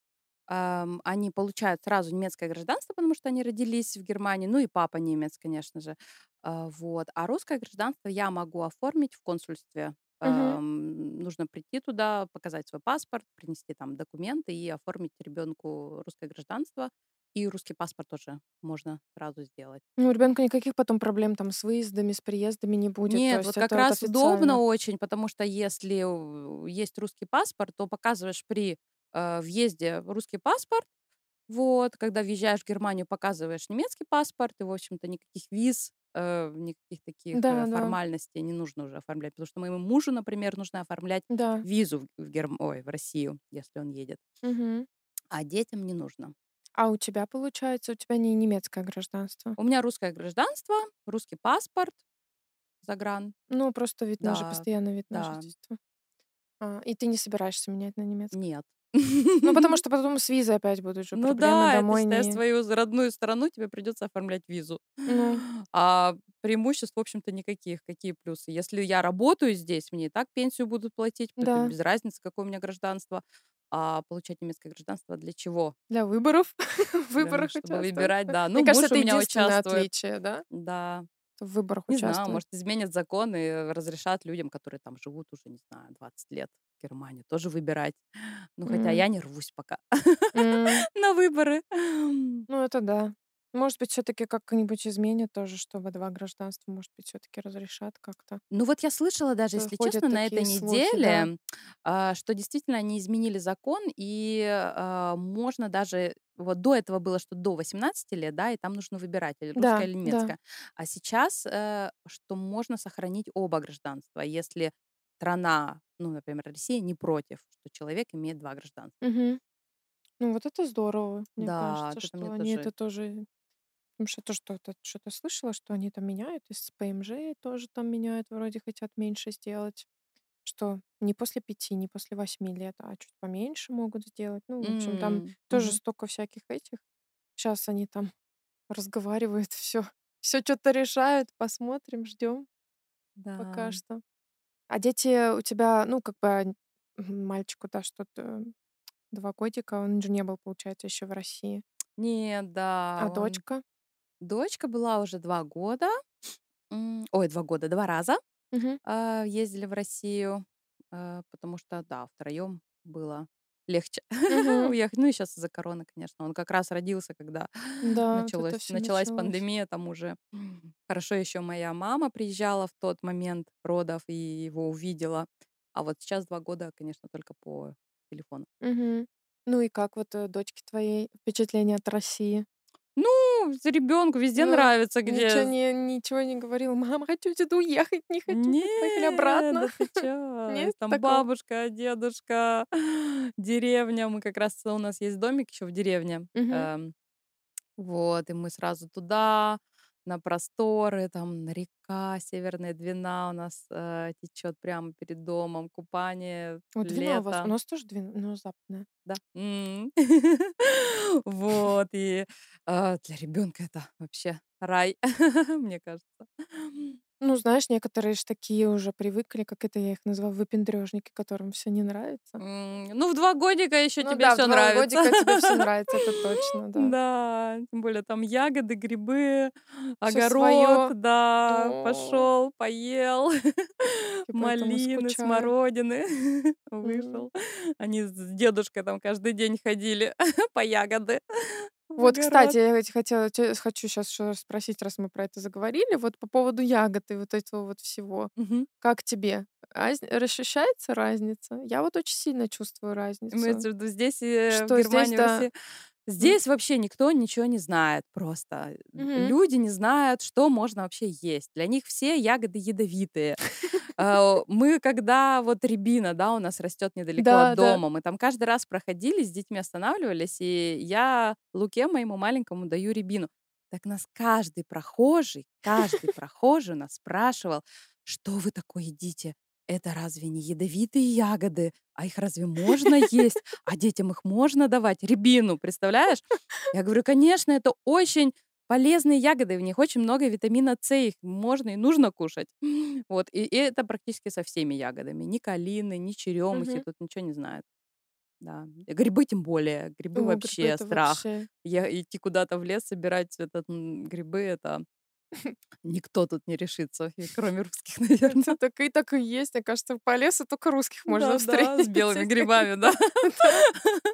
они получают сразу немецкое гражданство, потому что они родились в Германии, ну и папа немец, конечно же. Вот. А русское гражданство я могу оформить в консульстве. Мгм. Нужно прийти туда, показать свой паспорт, принести там документы и оформить ребенку русское гражданство. И русский паспорт тоже можно сразу сделать. Ну, у ребенка никаких потом проблем там с выездами, с приездами не будет. То Нет, есть вот как это вот раз удобно официально. очень, потому что если есть русский паспорт, то показываешь при въезде русский паспорт. Вот, когда въезжаешь в Германию, показываешь немецкий паспорт, и, в общем-то, никаких виз, никаких таких Да, да, формальностей не нужно уже оформлять. Потому что моему мужу, например, нужно оформлять да. визу в Россию, если он едет. Мгм. А детям не нужно. А у тебя, получается, у тебя не немецкое гражданство? У меня русское гражданство, русский паспорт, загран. Ну, просто вид на Да, постоянный вид на да. жительство. И ты не собираешься менять на немецкий? Нет. Ну, потому что потом с визой опять будут же Ну проблемы, да, это домой считай не. свою родную страну, тебе придется оформлять визу. Ну А преимуществ, в общем-то, никаких. Какие плюсы? Если я работаю здесь, мне и так пенсию будут платить, поэтому да, без разницы, какое у меня гражданство. А получать немецкое гражданство для чего? для выборов, в Для, выборах чтобы участвовать. выбирать, да. Ну, Мне кажется, муж у это меня единственное участвует, отличие, да? да. В выборах Не знаю, участвовать. может, изменят закон и разрешат людям, которые там живут уже, не знаю, 20 лет в Германии, тоже выбирать. Ну, хотя М, я не рвусь пока м. на выборы. Ну, это да. Может быть, все таки как-нибудь изменят тоже, чтобы 2 гражданства, может быть, все таки разрешат как-то. Ну вот я слышала даже, если Ходят честно, на этой такие слухи, да. неделе, что действительно они изменили закон, и можно даже вот до этого было, что до 18 лет, да, и там нужно выбирать, или русское, Да, или да. немецкое. А сейчас, что можно сохранить оба гражданства, если страна, ну, например, Россия, не против, что человек имеет 2 гражданства. Мгм. Ну, вот это здорово, мне Да, кажется, вот это что мне они тоже. это тоже. Потому что то что-то слышала, что они там меняют, и с ПМЖ тоже там меняют, вроде хотят меньше сделать. Что не после 5, не после 8 лет, а чуть поменьше могут сделать. Ну, в общем, там тоже Мгм. столько всяких этих. Сейчас они там разговаривают, все что-то решают. Посмотрим, ждем пока Да. что. А дети у тебя, ну, как бы, мальчику, да, что-то 2 годика, он же не был, получается, еще в России. Нет, да, А он. дочка? Дочка была уже 2 года. Ой, 2 года, 2 раза. Мгм. Ездили в Россию, потому что, да, втроем было легче Мгм. уехать. Ну и сейчас из-за короны, конечно. Он как раз родился, когда Да, вот это все началась началось. пандемия, там уже хорошо еще моя мама приезжала в тот момент родов и его увидела. А вот сейчас 2 года, конечно, только по телефону. Мгм. Ну и как вот, дочке твоей впечатление от России? Ну, ребенку везде Ну, нравится, где. ничего не говорила: "Мама, хочу отсюда уехать, не хочу, чтобы поехали Нет, обратно". да ты чё? Нет Есть там такого? бабушка, дедушка, деревня. Мы как раз у нас есть домик еще в деревне. Мгм. Вот, и мы сразу туда, на просторы, там река Северная Двина у нас течет прямо перед домом, купание, Вот Двина у вас, у лето, нас тоже Двина, но западная. да. Вот, и для ребенка это вообще рай, мне кажется. Ну, знаешь, некоторые ж такие уже привыкли, как это я их назвала, выпендрёжники, которым все не нравится. Ну, в 2 годика еще Ну тебе да, в все 2 нравится. годика тебе все нравится, это точно, да. Да, тем более там ягоды, грибы, Все огород, свое. да, О, пошел, поел, и поэтому малины, скучаю. смородины, М. вышел. Они с дедушкой там каждый день ходили по ягоды. в Вот, огород. кстати, я хочу сейчас спросить, раз мы про это заговорили, вот по поводу ягод и вот этого вот всего. Мгм. Как тебе? Ощущается разница? Я вот очень сильно чувствую разницу. Имеется в виду здесь, в Что здесь, Германии, в да. России. Здесь вообще никто ничего не знает просто. Мгм. Люди не знают, что можно вообще есть. Для них все ягоды ядовитые. Мы когда вот рябина, да, у нас растет недалеко от Да, да. дома, мы там каждый раз проходили, с детьми останавливались, и я Луке, моему маленькому, даю рябину. Так нас каждый прохожий нас спрашивал, что вы такое едите? Это разве не ядовитые ягоды? А их разве можно есть? А детям их можно давать? Рябину, представляешь? Я говорю, конечно, это очень полезные ягоды, в них очень много витамина С, их можно и нужно кушать. Вот, и это практически со всеми ягодами. Ни калины, ни черемухи, Мгм. тут ничего не знают. Да. Грибы тем более. Грибы О, грибы — вообще это страх. вообще. Идти куда-то в лес, собирать грибы, это никто тут не решится, кроме русских, Это наверное. так и есть. Мне кажется, по лесу только русских можно Да-да, с встретить. белыми грибами, да. Да.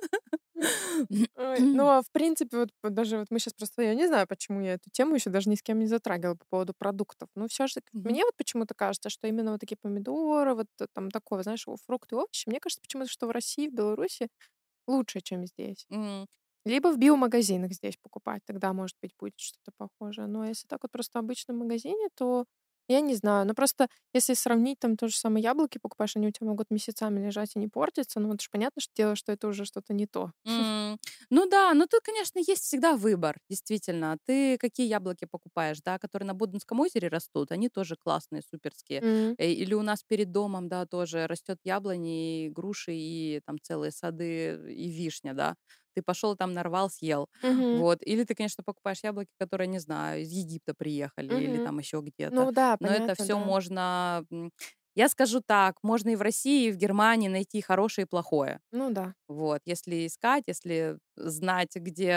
Ой, ну, а в принципе, вот даже вот мы сейчас просто, я не знаю, почему я эту тему еще даже ни с кем не затрагивала по поводу продуктов. Но все же Мгм. мне вот почему-то кажется, что именно вот такие помидоры, вот там такое, знаешь, фрукты, овощи, мне кажется почему-то, что в России, в Беларуси лучше, чем здесь. М. Либо в биомагазинах здесь покупать, тогда, может быть, будет что-то похожее. Но если так вот просто в обычном магазине, то я не знаю. Ну, просто если сравнить, там то же самое яблоки покупаешь, они у тебя могут месяцами лежать и не портиться. Ну, это же понятно, что дело, что это уже что-то не то. М. Ну да, но тут, конечно, есть всегда выбор, действительно. Ты какие яблоки покупаешь, да, которые на Боденском озере растут, они тоже классные, суперские. М. Или у нас перед домом, да, тоже растет яблони, и груши, и там целые сады, и вишня, да. Ты пошел там нарвал, съел. Мгм. Вот. Или ты, конечно, покупаешь яблоки, которые, не знаю, из Египта приехали или Мгм. там еще где-то. Ну да, Но это понятно, все да. можно, я скажу так, можно и в России, и в Германии найти хорошее и плохое. Ну да. Вот, если искать, если знать, где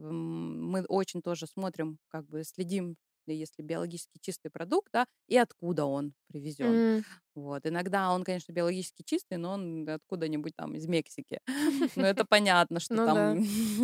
мы очень тоже смотрим, как бы следим, если биологически чистый продукт, да, и откуда он привезен. М. Вот. Иногда он, конечно, биологически чистый, но он откуда-нибудь там из Мексики. Но это понятно, что Ну да, там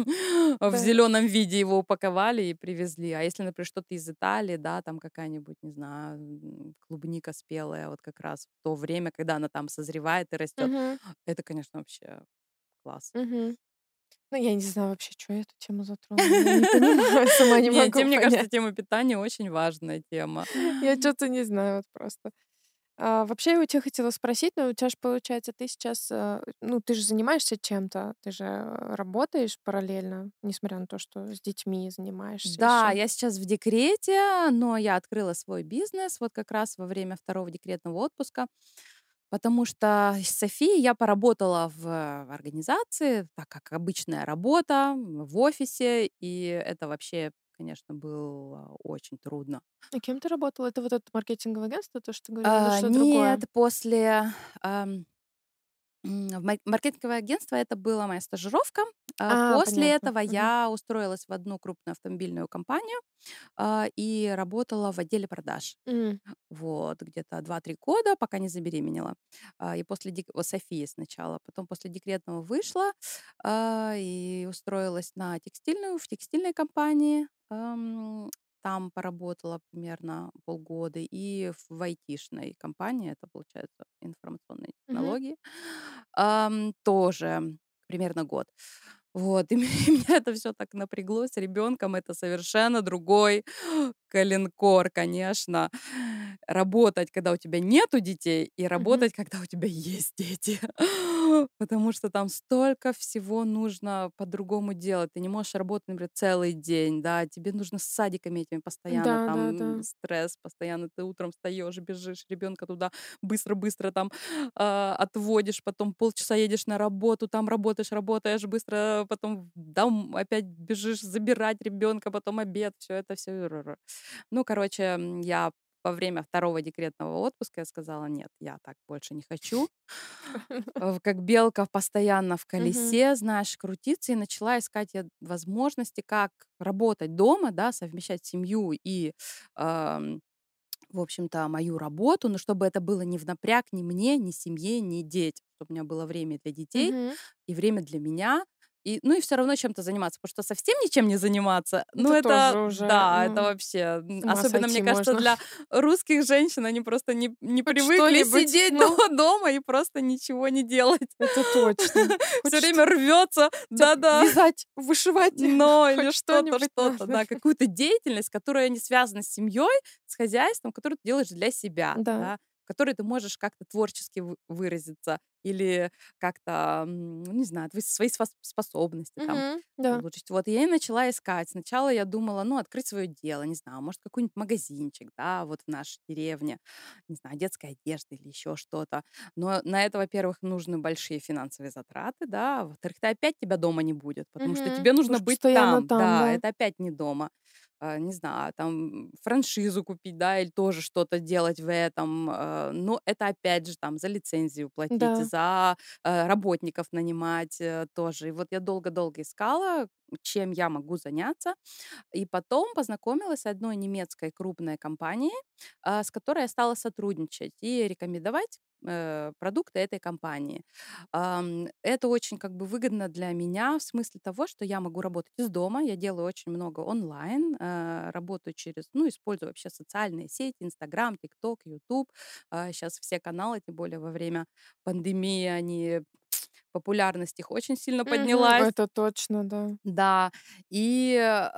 в да. зеленом виде его упаковали и привезли. А если, например, что-то из Италии, да, там какая-нибудь, не знаю, клубника спелая, вот как раз в то время, когда она там созревает и растет, Мгм. это, конечно, вообще класс. Мгм. Ну, я не знаю вообще, чё я эту тему затронула. Я не понимаю, сама не Не, могу мне кажется, понять. тема питания очень важная тема. Я чё то не знаю вот просто. Вообще, я у тебя хотела спросить, но у тебя ж получается, ты сейчас, ну, ты же занимаешься чем-то, ты же, работаешь параллельно, несмотря на то, что с детьми занимаешься Да, еще. я сейчас в декрете, но я открыла свой бизнес вот как раз во время второго декретного отпуска, потому что с Софией я поработала в организации, так как обычная работа в офисе, и это вообще, конечно, было очень трудно. А кем ты работала? Это вот это маркетинговое агентство, то, что ты говорила, или что-то Нет, другое? после маркетинговое агентство — это была моя стажировка. После Понятно. этого Мгм. я устроилась в одну крупную автомобильную компанию, и работала в отделе продаж. М. Вот, где-то 2-3 года, пока не забеременела. И после вот Софии сначала, потом после декретного вышла, и устроилась в текстильной компании. Там поработала примерно полгода. И в айтишной компании, это, получается, информационные Мгм. технологии, тоже примерно год. Вот, и меня это все так напрягло с ребенком. Это совершенно другой калинкор, конечно. Работать, когда у тебя нету детей, и Мгм. работать, когда у тебя есть дети. Потому что там столько всего нужно по-другому делать. Ты не можешь работать, например, целый день, да, тебе нужно с садиками этими постоянно, Да-да-да. там стресс постоянно, ты утром встаешь, бежишь, ребенка туда быстро-быстро там отводишь, потом полчаса едешь на работу, там работаешь быстро, потом опять бежишь забирать ребенка, потом обед, все это все. Ну, короче, я во время второго декретного отпуска я сказала: "Нет, я так больше не хочу". Как белка постоянно в Мгм. колесе, знаешь, крутиться, и начала искать я возможности, как работать дома, да, совмещать семью и, ам, в общем-то, мою работу, но чтобы это было не в напряг ни мне, ни семье, ни детям, чтобы у меня было время для детей Мгм. и время для меня. Ну и все равно чем-то заниматься, потому что совсем ничем не заниматься, ну Это тоже это, уже, да, это вообще, с ума особенно, мне сойти кажется, можно. для русских женщин, они просто не Хоть привыкли что-нибудь, сидеть ну, дома и просто ничего не делать. это точно. Хоть Все время что рвется, хотя б да-да. вязать, вышивать, Но хоть или что-то, что-нибудь что-то, надо. да, какую-то деятельность, которая не связана с семьей, с хозяйством, которую ты делаешь для себя, Да. да, в которой ты можешь как-то творчески выразиться или как-то, ну, не знаю, свои способности там Да. улучшить. Вот, и я и начала искать. Сначала я думала, ну, открыть свое дело, не знаю, может, какой-нибудь магазинчик, да, вот в нашей деревне, не знаю, детская одежда или еще что-то. Но на это, во-первых, нужны большие финансовые затраты, да, а во-вторых, опять тебя дома не будет, потому что тебе нужно Будешь быть постоянно там, там, да, да. это опять не дома. Не знаю, там франшизу купить, да, или тоже что-то делать в этом, но это опять же там за лицензию платить, Да. за работников нанимать тоже. И вот я долго-долго искала, чем я могу заняться, и потом познакомилась с одной немецкой крупной компанией, с которой я стала сотрудничать и рекомендовать продукты этой компании. Это очень как бы выгодно для меня в смысле того, что я могу работать из дома, я делаю очень много онлайн, работаю через, ну, использую вообще социальные сети, Инстаграм, ТикТок, Ютуб. Сейчас все каналы, тем более во время пандемии, они популярность их очень сильно поднялась. Это точно, да. Да, и,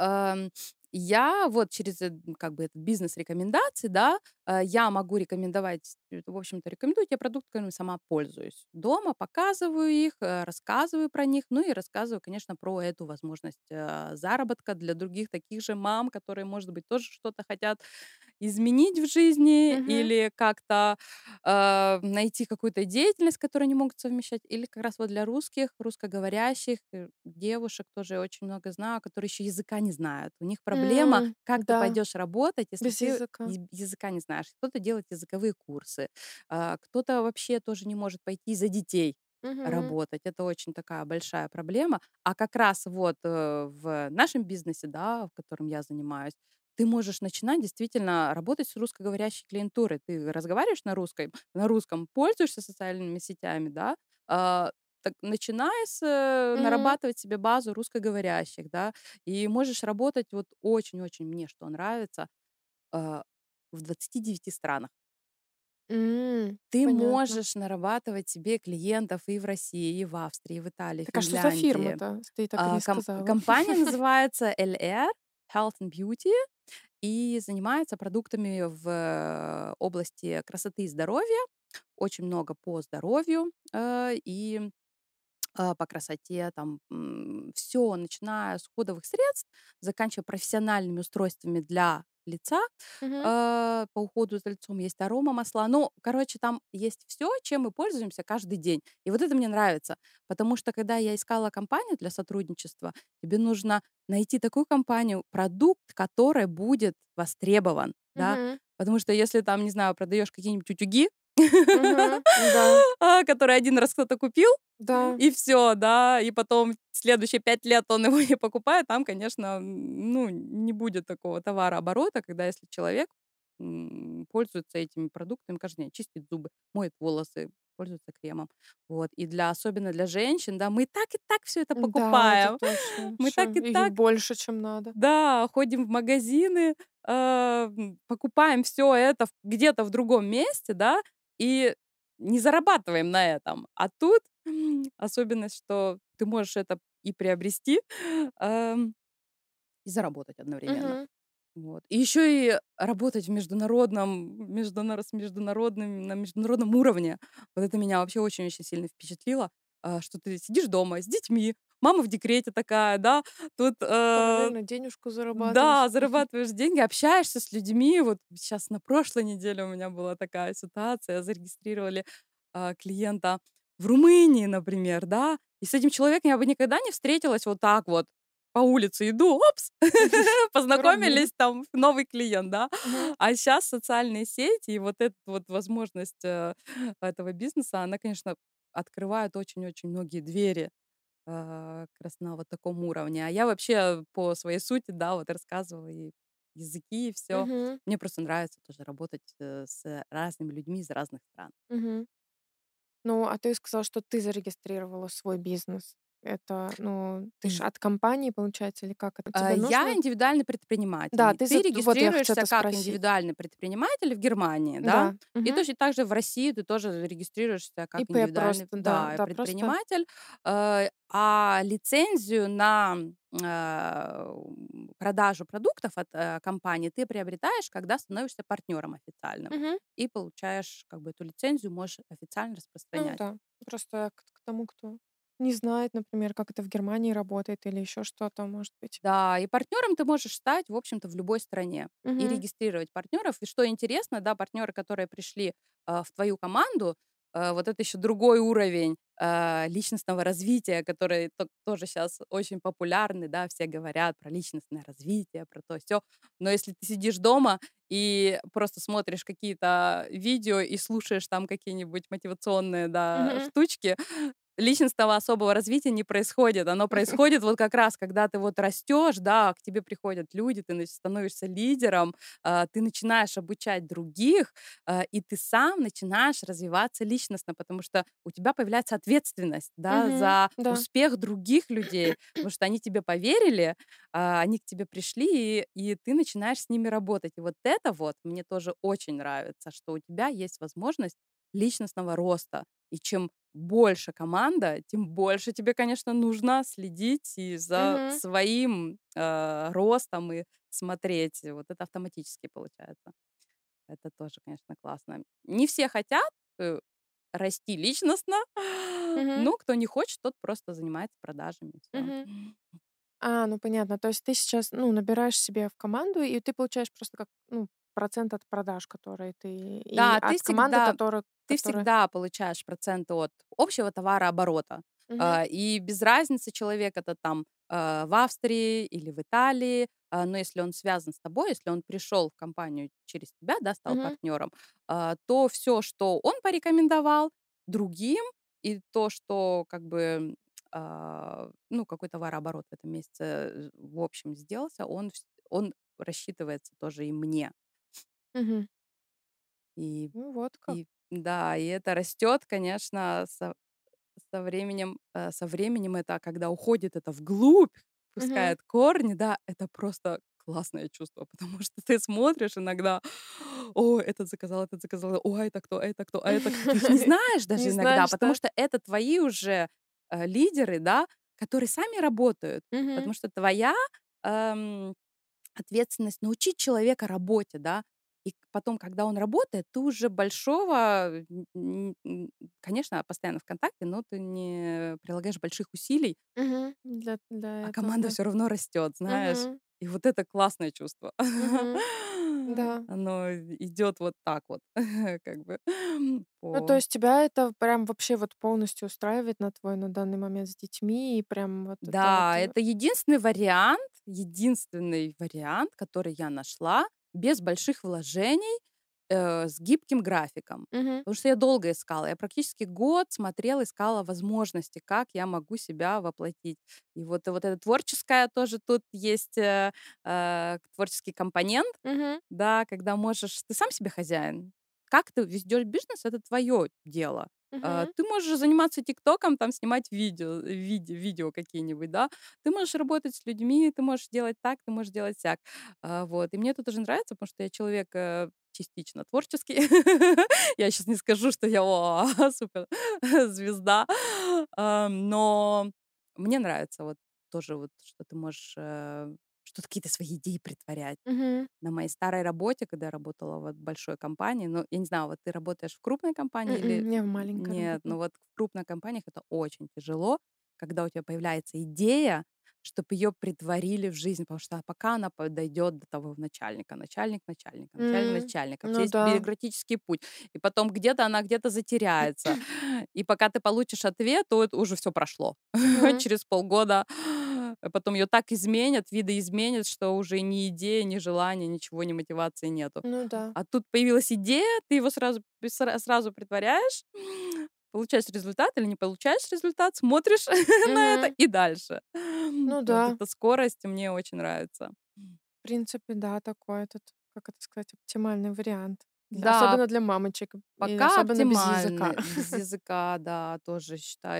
я вот через, как бы этот бизнес рекомендаций, да, я могу рекомендовать, в общем-то, рекомендую те продукты, которыми сама пользуюсь. Дома показываю их, рассказываю про них, ну и рассказываю, конечно, про эту возможность, заработка для других таких же мам, которые, может быть, тоже что-то хотят изменить в жизни Мгм. или как-то, найти какую-то деятельность, которую они могут совмещать. Или как раз вот для русских, русскоговорящих, девушек тоже очень много знаю, которые еще языка не знают. У них проблема, как ты Да, пойдешь работать, если без ты языка. языка не знаешь. Кто-то делает языковые курсы, кто-то вообще тоже не может пойти из-за детей Мгм. работать. Это очень такая большая проблема. А как раз вот в нашем бизнесе, да, в котором я занимаюсь, ты можешь начинать действительно работать с русскоговорящей клиентурой. Ты разговариваешь на русском, пользуешься социальными сетями, да, так начинай Мгм. нарабатывать себе базу русскоговорящих, да, и можешь работать вот очень-очень мне что нравится а, в 29 странах. Ты Понятно. можешь нарабатывать себе клиентов и в России, и в Австрии, и в Италии, Так, а что за Финляндии. фирма-то? Ты так и не сказала. Компания называется LR, Health and Beauty, и занимается продуктами в области красоты и здоровья. Очень много по здоровью и по красоте, там все, начиная с уходовых средств, заканчивая профессиональными устройствами для лица, Мгм. по уходу за лицом, есть арома масла. Ну, короче, там есть все, чем мы пользуемся каждый день. И вот это мне нравится, потому что когда я искала компанию для сотрудничества, тебе нужно найти такую компанию, продукт, который будет востребован, да. Мгм. Потому что если там, не знаю, продаешь какие-нибудь утюги, Мгм. Да. которые один раз кто-то купил, Да. и все, да, и потом следующие 5 лет он его не покупает, там, конечно, ну, не будет такого товарооборота, когда если человек, пользуется этими продуктами каждый день, чистит зубы, моет волосы, пользуется кремом. Вот. И особенно для женщин, да, мы и так все это Да, это покупаем. точно. Мы Что так и их так, больше, чем надо. да, ходим в магазины, покупаем все это где-то в другом месте, да, и не зарабатываем на этом. А тут особенность, что ты можешь это и приобрести, ам, и заработать одновременно. Мгм. Вот. И еще и работать в на международном уровне. Вот это меня вообще очень-очень сильно впечатлило, что ты сидишь дома с детьми, мама в декрете такая, да, тут, Параллельно денежку да, зарабатываешь. зарабатываешь деньги, общаешься с людьми. Вот сейчас на прошлой неделе у меня была такая ситуация. Зарегистрировали, клиента в Румынии, например, да. И с этим человеком я бы никогда не встретилась вот так вот. По улице иду, опс, Румын. познакомились, там новый клиент, да. Мгм. А сейчас социальные сети и вот эта вот возможность, этого бизнеса, она, конечно, открывает очень-очень многие двери как раз на вот таком уровне. А я вообще по своей сути, да, вот рассказывала и языки, и все. Мгм. Мне просто нравится тоже работать с разными людьми из разных стран. Мгм. Ну, а ты сказал, что ты зарегистрировала свой бизнес. это, ну, ты ж от компании, получается, или как это? Тебе Я нужно? индивидуальный Да, предприниматель. ты Ты вот я хочу регистрируешься это как спросить. индивидуальный предприниматель в Германии, да, Да. и Мгм. точно так же в России ты тоже регистрируешься как ИП индивидуальный, просто, да, да, да, просто. предприниматель, а лицензию на продажу продуктов от компании ты приобретаешь, когда становишься партнером официальным Мгм. и получаешь как бы эту лицензию, можешь официально Ну распространять. да, просто к тому, кто не знает, например, как это в Германии работает или еще что-то, может быть. Да, и партнером ты можешь стать, в общем-то, в любой стране и Мгм. регистрировать партнеров. И что интересно, да, партнеры, которые пришли в твою команду, вот это еще другой уровень личностного развития, который тоже сейчас очень популярный, да, все говорят про личностное развитие, про то все. Но если ты сидишь дома и просто смотришь какие-то видео и слушаешь там какие-нибудь мотивационные, да, Мгм. штучки, личностного особого развития не происходит. Оно происходит вот как раз, когда ты вот растешь, да, к тебе приходят люди, ты становишься лидером, ты начинаешь обучать других, и ты сам начинаешь развиваться личностно, потому что у тебя появляется ответственность, да, Мгм. за Да. успех других людей, потому что они тебе поверили, они к тебе пришли, и ты начинаешь с ними работать. И вот это вот мне тоже очень нравится, что у тебя есть возможность личностного роста. И чем больше команда, тем больше тебе, конечно, нужно следить и за Мгм. своим ростом и смотреть. Вот это автоматически получается. Это тоже, конечно, классно. Не все хотят расти личностно, Мгм. но кто не хочет, тот просто занимается продажами. И все. Мгм. Ну понятно. То есть ты сейчас, ну, набираешь себе в команду, и ты получаешь просто как, ну, процент от продаж, которые ты и Да, от команды, ты которая. всегда получаешь проценты от общего товарооборота. Мгм. И без разницы, человек это там в Австрии или в Италии, но если он связан с тобой, если он пришел в компанию через тебя, да, стал Мгм. партнером, то все, что он порекомендовал другим, и то, что как бы ну, какой товарооборот в этом месяце в общем сделался, он рассчитывается тоже и мне. Мгм. И Ну вот как. и да, и это растет, конечно, со временем это, когда уходит это вглубь, Мгм. пускает корни, да, это просто классное чувство, потому что ты смотришь иногда: "О, этот заказал, о, а это кто, а это кто, а это кто". Ты их не знаешь Не даже иногда, знаешь, потому да? что это твои уже, лидеры, да, которые сами работают. Мгм. Потому что твоя, эм ответственность научить человека работе, да. И потом, когда он работает, ты уже большого, конечно, постоянно в контакте, но ты не прилагаешь больших усилий, Мгм. Для а этого, команда да. все равно растет, знаешь. Мгм. И вот это классное чувство. Мгм. Да. Оно идет вот так вот, как бы Ну, то по есть тебя это прям вообще вот полностью устраивает на данный момент с детьми, и прям вот это вот. Да, это единственный вариант, который я нашла без больших вложений, с гибким графиком. Мгм. Потому что я долго искала. Я практически год смотрела, искала возможности, как я могу себя воплотить. И вот это творческое тоже тут есть, творческий компонент, Мгм. да, когда можешь ты сам себе хозяин. Как ты ведешь бизнес — это твое дело. Мгм. Ты можешь заниматься "Тиктоком", там снимать видео какие-нибудь, да. Ты можешь работать с людьми, ты можешь делать так, ты можешь делать сяк. Вот. И мне это тоже нравится, потому что я человек, частично творческий. Я сейчас не скажу, что я, супер звезда, но мне нравится вот тоже вот, что ты можешь, что-то какие-то свои идеи притворять. Мгм. На моей старой работе, когда я работала в большой компании, ну, я не знаю, вот ты работаешь в крупной компании или Я в маленькой нет, работаю. но вот в крупных компаниях это очень тяжело, когда у тебя появляется идея, чтобы ее притворили в жизнь, потому что пока она дойдет до того начальника, начальника, Ну весь да. бюрократический путь, и потом где-то она где-то затеряется, и пока ты получишь ответ, то это уже все прошло. Мгм. Через полгода потом ее так изменят, видоизменят, что уже ни идеи, ни желания, ничего, ни мотивации нету. Ну да. А тут появилась идея, ты его сразу притворяешь, получаешь результат или не получаешь результат, смотришь на это Мгм. и дальше. Ну Вот да. эта скорость мне очень нравится. В принципе, да, такой этот, как это сказать, оптимальный вариант. Да, Особенно для мамочек, и пока особенно без языка. оптимальны. Без языка, да, тоже считай.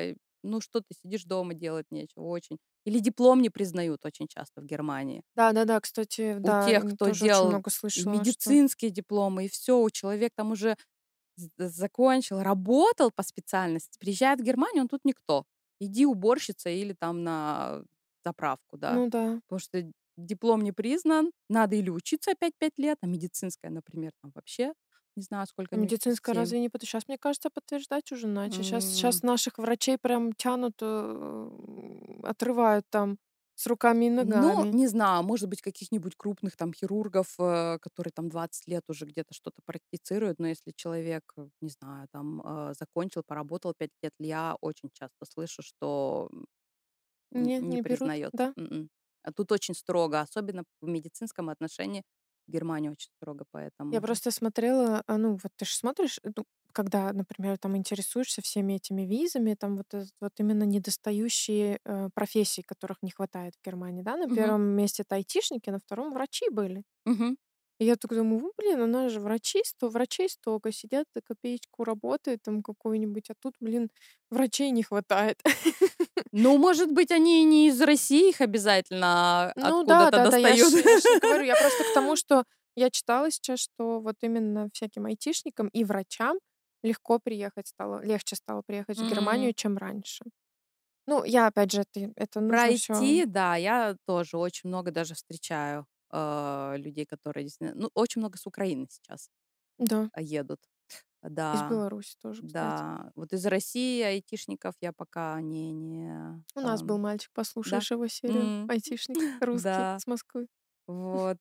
ну что ты сидишь дома, делать нечего, очень. Или диплом не признают очень часто в Германии. Да-да-да, кстати, У да, тех, кто тоже очень делал много и слышала, что медицинские дипломы, и все, у человека там уже закончил, работал по специальности, приезжает в Германию, он тут никто. Иди уборщица или там на заправку, да. ну да. Потому что диплом не признан, надо или учиться опять 5 лет, а медицинская, например, там вообще не знаю, А сколько-нибудь, медицинская 7. разве не Сейчас, мне кажется, подтверждать уже начали. Сейчас наших врачей прям тянут, отрывают там с руками и Ну, ногами. не знаю, может быть, каких-нибудь крупных там хирургов, которые там 20 лет уже где-то что-то практицируют, но если человек, не знаю, там закончил, поработал 5 лет, я очень часто слышу, что не Не берут, признает. да? А тут очень строго, особенно в медицинском отношении. В Германии очень строго, Я поэтому. просто смотрела, ну, вот ты же смотришь, ну, когда, например, там интересуешься всеми этими визами, там вот, вот именно недостающие профессии, которых не хватает в Германии, да, на Мгм. первом месте это айтишники, на втором врачи были. Мгм. И я так думаю, ну, блин, у нас же врачей столько, сидят за копеечку работают там какую-нибудь, а тут, блин, врачей не хватает. Ну, может быть, они не из России их обязательно Ну да, откуда-то да-да, достают. я ж и говорю, я просто к тому, что я читала сейчас, что вот именно всяким айтишникам и врачам легче стало приехать в Германию, М. чем раньше. Ну, я опять же, это нужно все. Пройти, да, я тоже очень много даже встречаю, людей, которые действительно очень много с Украины сейчас, Да, едут. из Да, Беларуси тоже, кстати. да. Вот из России айтишников я пока У нас был мальчик, да. послушаешь его серию, М. айтишник русский Да, с Москвы. вот.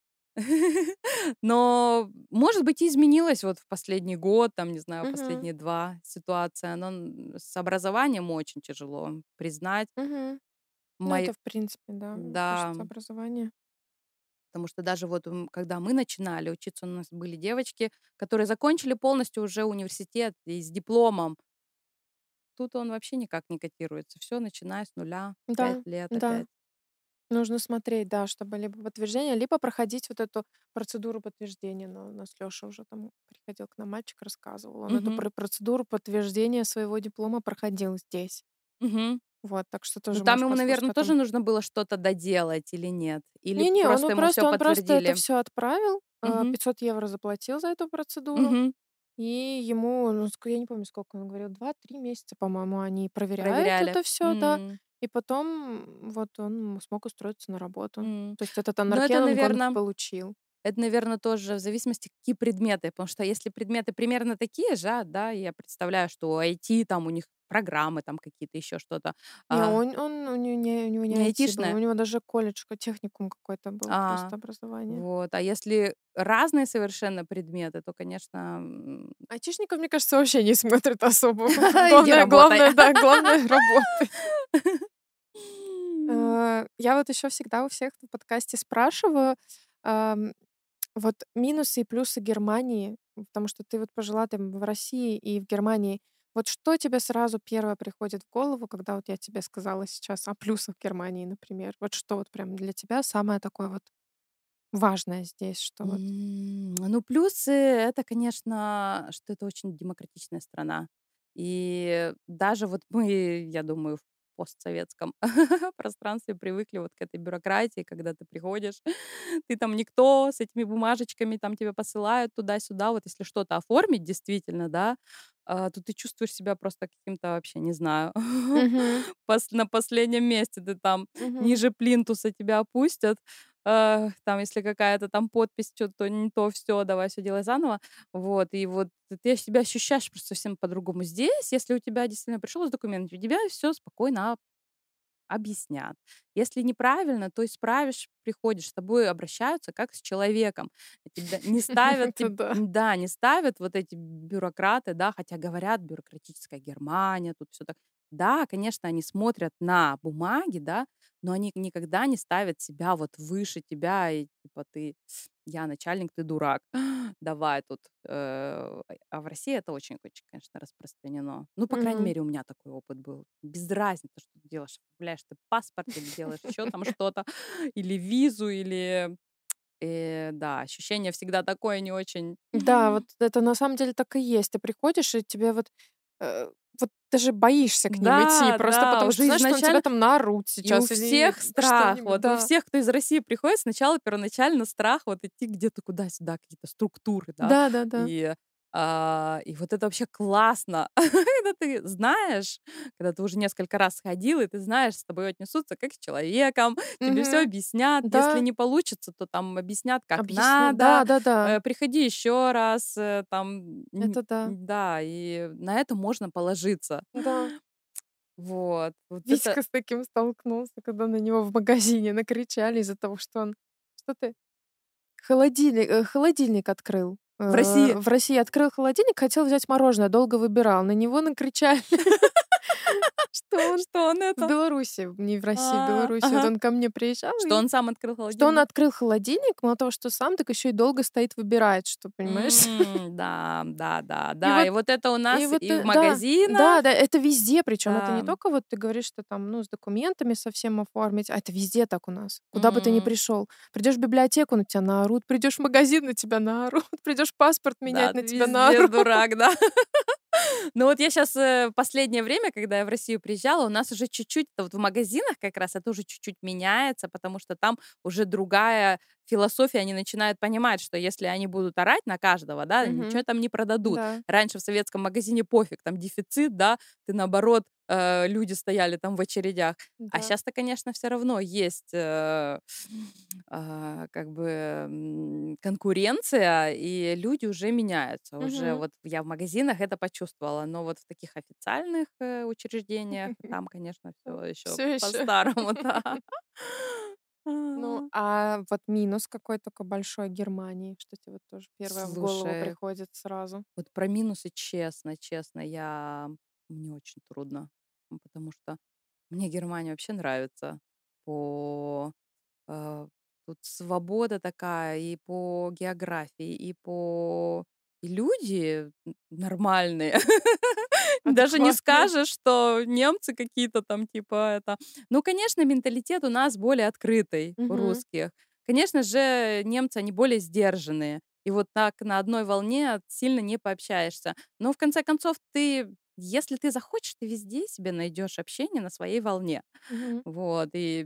Но, может быть, и изменилась вот в последний год, там, не знаю, Мгм, последние 2 ситуация. Но, с образованием очень тяжело признать. мгм. Ну, Мой это в принципе, да, мне Да. кажется, образование. Потому что даже вот, когда мы начинали учиться, у нас были девочки, которые закончили полностью уже университет и с дипломом. Тут он вообще никак не котируется. Все, начиная с нуля, 5 Да, лет да. опять. Нужно смотреть, да, чтобы либо подтверждение, либо проходить вот эту процедуру подтверждения. Но у нас Лёша уже там приходил к нам, мальчик рассказывал. Он эту Мгм, процедуру подтверждения своего диплома проходил здесь. мгм. Вот, так что Ну, тоже там можешь ему, послушать наверное, тоже потом. нужно было что-то доделать или нет? Или Не-не, просто ему все он просто это подтвердили? все отправил, Мгм, 500 евро заплатил за эту процедуру, мгм. и ему, ну, я не помню, сколько он говорил, 2-3 месяца, по-моему, они проверяют Проверяли. это все, да, и потом вот он смог устроиться на работу. М. То есть этот Но это, анаркен он год наверное. получил. Это, наверно, тоже в зависимости, какие предметы. Потому что если предметы примерно такие же, да, я представляю, что у IT там у них программы там какие-то, еще что-то. Не, А, у него не не IT был, у айтишное? него даже колледж, техникум какой-то был, А, просто образование. вот. А если разные совершенно предметы, то, конечно, Айтишников, мне кажется, вообще не смотрят особо. иди работай. Да, главное работать. Я вот еще всегда у всех в подкасте спрашиваю, ам, вот минусы и плюсы Германии, потому что ты вот пожила там в России и в Германии. Вот что тебе сразу первое приходит в голову, когда вот я тебе сказала сейчас о плюсах Германии, например? Вот что вот прям для тебя самое такое вот важное здесь, что вот. Ну, плюсы — это, конечно, что это очень демократичная страна. И даже вот мы, я думаю, в постсоветском пространстве привыкли вот к этой бюрократии, когда ты приходишь, ты там никто, с этими бумажечками там тебя посылают туда-сюда. Вот если что-то оформить действительно, да, то ты чувствуешь себя просто каким-то вообще, не знаю, Мгм, на последнем месте. Ты там мгм. ниже плинтуса тебя опустят, там, если какая-то там подпись, что-то не то, все, давай все делай заново. Вот, и вот ты себя ощущаешь просто совсем по-другому. Здесь, если у тебя действительно пришел с документами, у тебя все спокойно объяснят. Если неправильно, то исправишь, приходишь, с тобой обращаются как с человеком. Тебя не ставят, Это да. да, не ставят вот эти бюрократы, да, хотя говорят, бюрократическая Германия, тут все так. Да, конечно, они смотрят на бумаги, да, но они никогда не ставят себя вот выше тебя, и типа я начальник, ты дурак. Давай тут. А в России это очень-очень, конечно, распространено. Ну, по крайней Мгм. мере, у меня такой опыт был. Без разницы, что ты делаешь. Оформляешь ты паспорт или делаешь еще там что-то, или визу, или. Да, ощущение всегда такое не очень. Да, вот это на самом деле так и есть. Ты приходишь, и тебе вот, вот даже боишься к ним идти, Да, просто да, потому что уже знаешь, что на тебя изначально там наорут и у сейчас или всех страх. что-нибудь. Вот у Да, всех, кто из России приходит, сначала первоначально страх вот идти где-то куда-сюда, какие-то структуры, да. да-да-да. И вот это вообще классно, когда ты знаешь, когда ты уже несколько раз сходил, и ты знаешь, с тобой отнесутся как с человеком, тебе все Мгм. объяснят. Если Да, не получится, то там объяснят, как объяснят. надо. Да-да-да. Приходи еще раз, там, Это да. да, и на это можно положиться. Да. Вот это Витька с таким столкнулся, когда на него в магазине накричали из-за того, что он что ты? Холодильник открыл. в России. В России открыл холодильник, хотел взять мороженое, долго выбирал. На него накричали, что он Что он в это? Беларуси, не в России, в Беларуси. Вот Ага. он ко мне приезжал, Что и он сам открыл что он холодильник? открыл холодильник, мало того, что сам, так еще и долго стоит, выбирает, что, понимаешь? Да, да, да, И да. вот И вот это у И нас вот, и в да, магазинах. да, да, это везде, причем это не Да. только вот ты говоришь, что там, ну, с документами совсем оформить, а это везде так у нас. Куда бы ты ни Мгм. пришел, придешь в библиотеку, на тебя наорут, придешь в магазин, на тебя наорут, придешь паспорт менять, Да, на ты тебя везде наорут. дурак, да. Ну вот я сейчас последнее время, когда я в Россию приезжала, у нас уже чуть-чуть, это вот в магазинах как раз это уже чуть-чуть меняется, потому что там уже другая философия, они начинают понимать, что если они будут орать на каждого, да, ничего Мгм. там не продадут. Да, Раньше в советском магазине пофиг, там дефицит, да, ты наоборот, люди стояли там в очередях. А да. сейчас-то, конечно, все равно есть как бы конкуренция, и люди уже меняются. Уже Мгм. вот я в магазинах это почувствовала, но вот в таких официальных учреждениях там, конечно, все еще Все еще. по-старому, да. Ну, А. а вот минус какой только большой Германии, что тебе вот тоже первое в голову Слушай, приходит сразу? вот про минусы, честно, мне очень трудно, потому что мне Германия вообще нравится по А, тут свобода такая и по географии, и люди нормальные. Даже не Адекватные. скажешь, что немцы какие-то там типа это. Ну, конечно, менталитет у нас более открытый, у Мгм. русских. Конечно же, немцы, они более сдержанные. И вот так на одной волне сильно не пообщаешься. Но в конце концов, если ты захочешь, ты везде себе найдешь общение на своей волне. Мгм. Вот,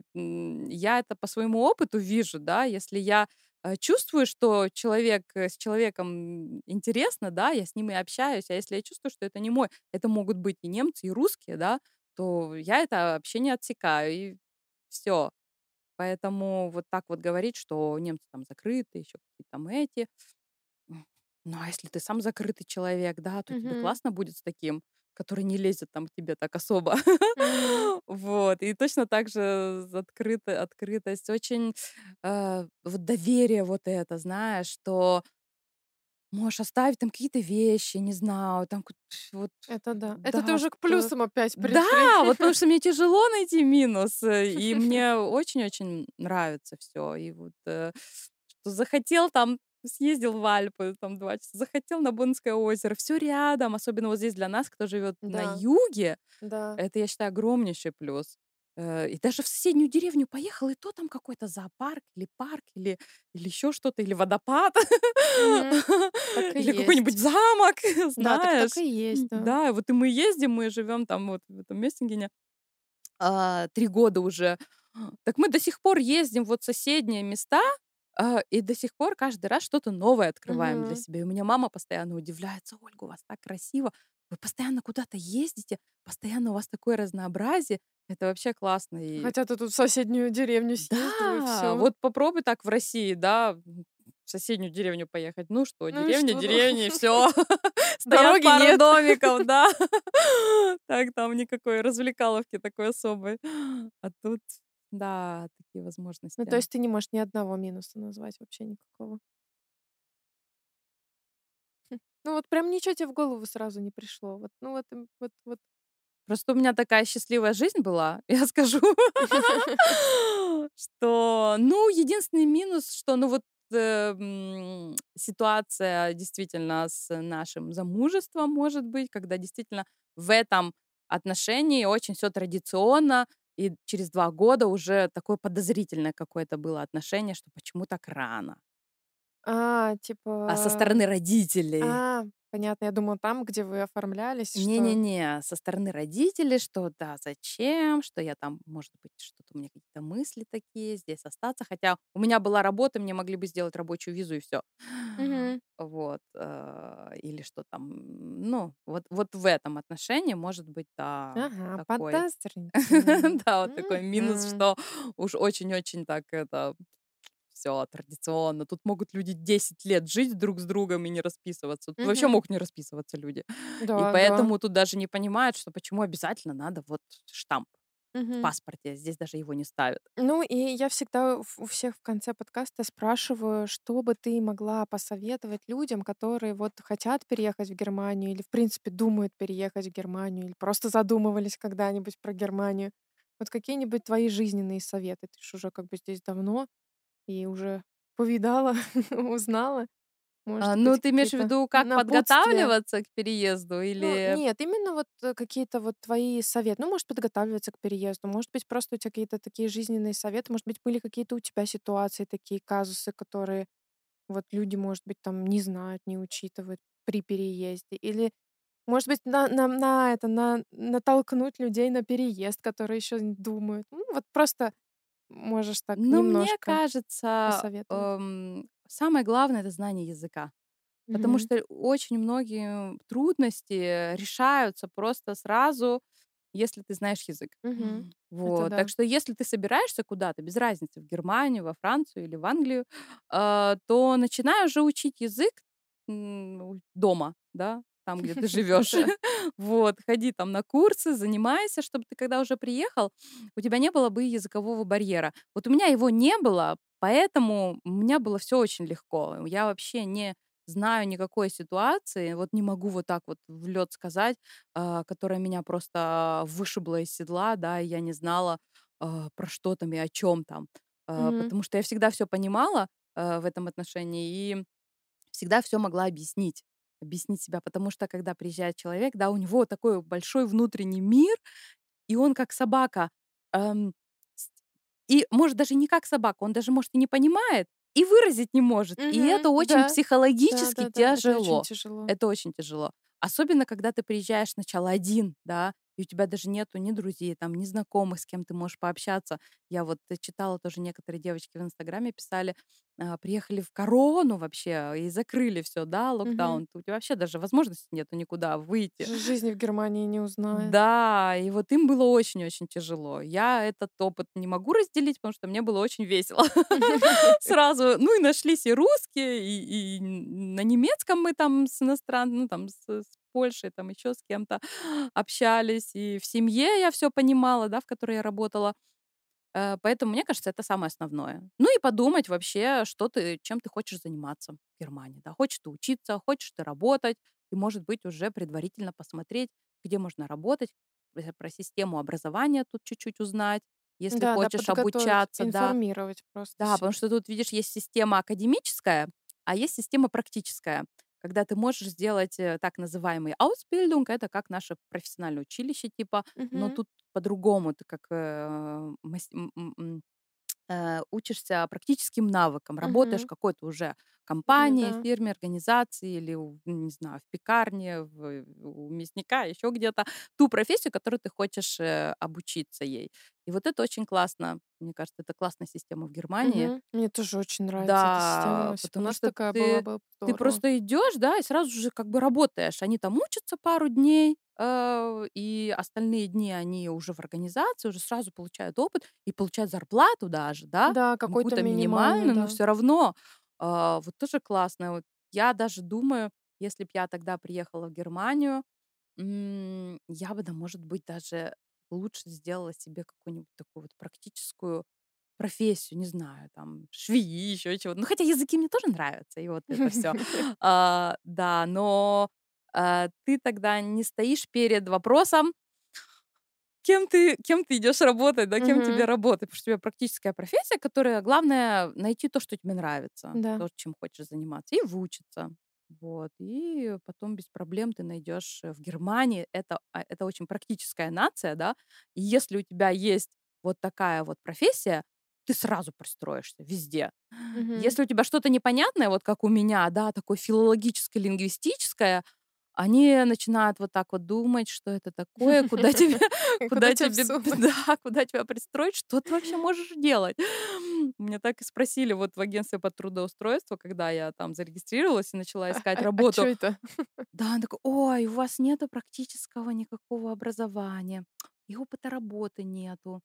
я это по своему опыту вижу, да, если я чувствую, что с человеком интересно, да, я с ним и общаюсь, а если я чувствую, что это не мой, это могут быть и немцы, и русские, да, то я это общение отсекаю, и все. Поэтому вот так вот говорить, что немцы там закрыты, еще какие-то там эти. Ну, а если ты сам закрытый человек, да, то тебе Мгм. классно будет с таким, который не лезет там к тебе так особо. Мгм. Вот. И точно так же открытость, очень вот доверие вот это, знаешь, что можешь оставить там какие-то вещи, не знаю, там вот, Это да. Это ты да, уже к что... плюсам опять Да, вот потому что мне тяжело найти минус, и мне очень-очень нравится все. И вот что захотел там, съездил в Альпы, там 2 часа, захотел на Боннское озеро, все рядом, особенно вот здесь для нас, кто живет на Да, юге, да. это, я считаю, огромнейший плюс. И даже в соседнюю деревню поехал, и то там какой-то зоопарк или парк, или еще что-то, или водопад, Мгм. Так и или какой-нибудь есть. замок, Да, так знаешь. и есть, да. Да, вот и мы ездим, мы живем там вот в этом Местингене 3 года уже. Так мы до сих пор ездим вот в соседние места, и до сих пор каждый раз что-то новое открываем для Мгм. себя. И у меня мама постоянно удивляется: "Ольга, у вас так красиво, вы постоянно куда-то ездите, постоянно у вас такое разнообразие". Это вообще классно. И Хотя ты тут в соседнюю деревню съездил, и да, все. вот попробуй так в России, да, в соседнюю деревню поехать. Ну что, Ну и деревня что, да? деревней, все, стоят Дороги пару нет. домиков, да. Так там никакой развлекаловки такой особой. А тут, да, такие Ну, то возможности. есть ты не можешь ни одного минуса назвать, вообще никакого. Ну, вот прям ничего тебе в голову сразу не пришло. Вот, ну, вот, вот. Просто у меня такая счастливая жизнь была, я скажу, что, ну, единственный минус, что, ну, вот ситуация действительно с нашим замужеством может быть, когда действительно в этом отношении очень все традиционно, и через 2 года уже такое подозрительное какое-то было отношение, что почему так рано. А, со типа... стороны родителей. Понятно. Я думала, там, где вы оформлялись, что... Не-не-не, со стороны родителей, что да, зачем, что я там, может быть, что-то у меня какие-то мысли такие, здесь остаться. Хотя у меня была работа, мне могли бы сделать рабочую визу и все. Мгм. Вот. Или что там, ну, вот в этом отношении, может быть, да, Ага, такой, подозрительно. да, вот такой минус, Мгм. что уж очень-очень так это все традиционно. Тут могут люди 10 лет жить друг с другом и не расписываться. Тут вообще Мгм. могут не расписываться люди. И Да, да. поэтому тут даже не понимают, что почему обязательно надо вот штамп в Мгм. паспорте. Здесь даже его не ставят. Ну, и я всегда у всех в конце подкаста спрашиваю, что бы ты могла посоветовать людям, которые вот хотят переехать в Германию или, в принципе, думают переехать в Германию или просто задумывались когда-нибудь про Германию. Вот какие-нибудь твои жизненные советы? Ты ж уже как бы здесь давно и уже повидала, узнала. Может Ну, быть, ты имеешь в какие-то виду, как напутствия. подготавливаться к переезду Ну, или... нет, именно вот какие-то вот твои советы. Ну, может, подготавливаться к переезду, может быть, просто у тебя какие-то такие жизненные советы, может быть, были какие-то у тебя ситуации, такие казусы, которые вот люди, может быть, там не знают, не учитывают при переезде. Или, может быть, натолкнуть людей на переезд, которые еще думают. Ну, вот просто можешь так Ну, мне немножко кажется, посоветовать. самое главное — это знание языка. Потому Мгм. что очень многие трудности решаются просто сразу, если ты знаешь язык. Мгм. Это Вот. Так да. что если ты собираешься куда-то, без разницы, в Германию, во Францию или в Англию, то начинай уже учить язык дома, да, там, где ты живешь. Да. Вот, ходи там на курсы, занимайся, чтобы ты, когда уже приехал, у тебя не было бы языкового барьера. Вот у меня его не было, поэтому у меня было все очень легко. Я вообще не знаю никакой ситуации, вот не могу вот так вот в лед сказать, которая меня просто вышибла из седла, да, и я не знала, про что там и о чем там. Мгм. Потому что я всегда все понимала, в этом отношении и всегда все могла объяснить себя. Потому что когда приезжает человек, да, у него такой большой внутренний мир, и он как собака, ам, с и может даже не как собака, он даже, может, и не понимает, и выразить не может. И это Мгм. очень Да. психологически Да-да-да. Это очень тяжело. тяжело. Это очень тяжело. Особенно, когда ты приезжаешь сначала один, да, и у тебя даже нету ни друзей, там, ни знакомых, с кем ты можешь пообщаться. Я вот читала тоже, некоторые девочки в "Инстаграме" писали, приехали в корону вообще и закрыли все, да, Мгм. локдаун. У тебя вообще даже возможности нету никуда выйти. Жизни в Германии не узнают. Да, и вот им было очень-очень тяжело. Я этот опыт не могу разделить, потому что мне было очень весело. Сразу, ну и нашлись и русские, и на немецком мы там с ну там с Польшей, там еще с кем-то общались, и в семье я все понимала, да, в которой я работала. Поэтому, мне кажется, это самое основное. Ну и подумать вообще, чем ты хочешь заниматься в Германии. Да. Хочешь ты учиться, хочешь ты работать, и, может быть, уже предварительно посмотреть, где можно работать, про систему образования тут чуть-чуть узнать, если Да-да, хочешь подготовить, обучаться, да. информировать просто Да, потому себя. что тут, видишь, есть система академическая, а есть система практическая, когда ты можешь сделать так называемый Ausbildung, это как наше профессиональное училище типа, но Мгм. тут по-другому, ты как учишься практическим навыкам, работаешь в Мгм. какой-то уже компании, Да-да. фирме, организации или, не знаю, в пекарне, у мясника, еще где-то, ту профессию, которую ты хочешь обучиться ей. И вот это очень классно. Мне кажется, это классная система в Германии. Мгм. Мне тоже очень нравится эта система. Да, Если бы у потому нас что такая была, ты, было бы ты здорово. просто идешь, да, и сразу же как бы работаешь. Они там учатся пару дней, и остальные дни они уже в организации, уже сразу получают опыт и получают зарплату даже, да, Да, там какой-то какую-то минимальный, минимальную, но да. все равно вот тоже классно. Вот я даже думаю, если б я тогда приехала в Германию, я бы, да, может быть, даже лучше сделала себе какую-нибудь такую вот практическую профессию, не знаю, там, швеи, еще чего-то. Ну, хотя языки мне тоже нравятся, и вот это все. Да, но ты тогда не стоишь перед вопросом, кем ты идешь работать, да, кем тебе Мгм. работать, потому что у тебя практическая профессия, которая главное найти то, что тебе нравится, Да. то, чем хочешь заниматься, и выучиться. Вот. И потом без проблем ты найдешь в Германии. Это очень практическая нация, да. И если у тебя есть вот такая вот профессия, ты сразу пристроишься везде. Мгм. Если у тебя что-то непонятное, вот как у меня, да, такое филологическое, лингвистическое, они начинают вот так вот думать, что это такое, куда тебе, И куда куда тебя тебе, всунуть? да, куда тебя пристроить, что ты вообще можешь делать. Меня так и спросили вот в агентстве по трудоустройству, когда я там зарегистрировалась и начала искать А чё работу. это? Да, он такой: "Ой, у вас нету практического никакого образования, и опыта работы нету.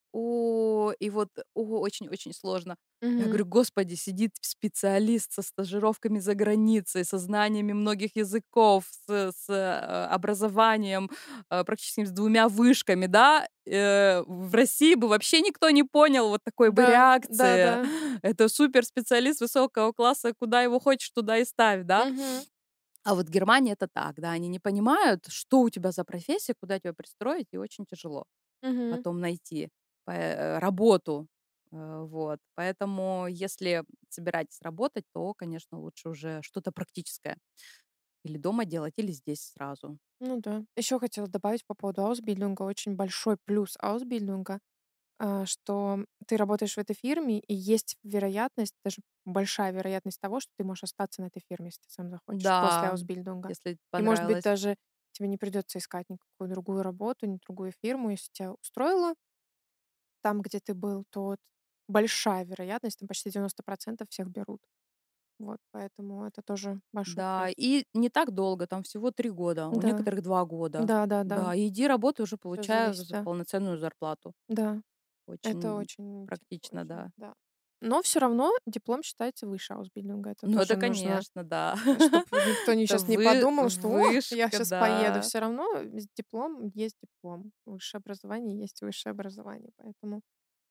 И вот, очень-очень сложно". Я Мгм. говорю: "Господи, сидит специалист со стажировками за границей, со знаниями многих языков, образованием, практически с 2 вышками, да. В России бы вообще никто не понял вот такой бы Да, реакции. да-да. Это суперспециалист высокого класса, куда его хочешь, туда и ставь, да". Мгм. А вот в Германии это так, да, они не понимают, что у тебя за профессия, куда тебя пристроить, и очень тяжело Мгм. потом найти работу. Вот. Поэтому, если собираетесь работать, то, конечно, лучше уже что-то практическое. Или дома делать, или здесь сразу. Ну да. Еще хотела добавить по поводу аусбильдинга. Очень большой плюс аусбильдинга, что ты работаешь в этой фирме, и есть вероятность, даже большая вероятность того, что ты можешь остаться на этой фирме, если ты сам захочешь, после Да, аусбильдинга. если И, может быть, понравилось. даже тебе не придется искать никакую другую работу, ни другую фирму. Если тебя устроило там, где ты был, то вот большая вероятность, там почти 90% всех берут. Вот, поэтому это тоже большой Да, плюс. и не так долго, там всего 3 года, у Да, некоторых 2 года. да-да-да, Да, и иди работай, уже всё получая зависит, з да. полноценную зарплату. Да, это Очень очень практично, да. очень, да. Но все равно диплом считается выше аусбильдинга. Это Ну, тоже это, нужно, конечно, да. чтобы никто Это сейчас не подумал, что: "О, я вышка, сейчас поеду". да. Все равно диплом есть диплом. Высшее образование есть высшее образование, поэтому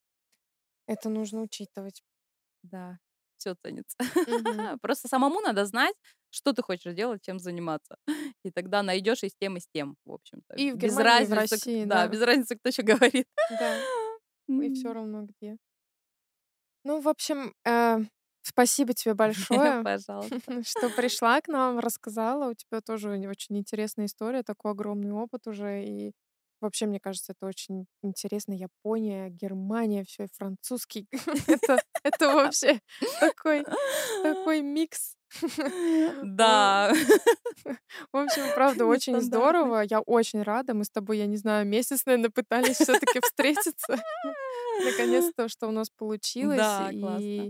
это нужно учитывать. Да, все ценится. Мгм. Просто самому надо знать, что ты хочешь делать, чем заниматься. И тогда найдешь и с тем, в общем-то. И в Без Германии, и в разницы, России, да, да. без разницы, кто что говорит. Да, и все М. равно где. Ну, в общем, спасибо тебе большое, Пожалуйста. что пришла к нам, рассказала. У тебя тоже очень интересная история, такой огромный опыт уже. И вообще, мне кажется, это очень интересно. Япония, Германия, все и французский. Это вообще такой такой микс. О, Да, В общем, правда, очень нестандартный. здорово. Я очень рада. Мы с тобой, я не знаю, месяц, наверно, пытались все таки встретиться. Наконец-то, что у нас получилось. Да, классно. И,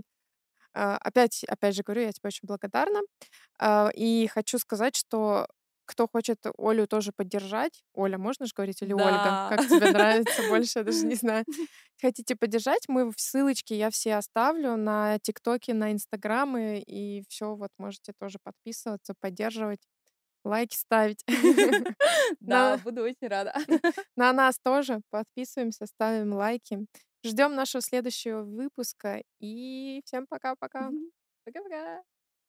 опять же говорю, я тебе очень благодарна. И хочу сказать, что кто хочет Олю тоже поддержать, Оля, можно же говорить, или Ольга, Да. как тебе нравится больше, я даже не знаю. Хотите поддержать, мы в ссылочки я все оставлю на "Тиктоки", на "Инстаграмы", и все вот можете тоже подписываться, поддерживать, лайки ставить. Да, На буду очень рада. на нас тоже подписываемся, ставим лайки. Ждем нашего следующего выпуска, и всем пока-пока. Пока-пока.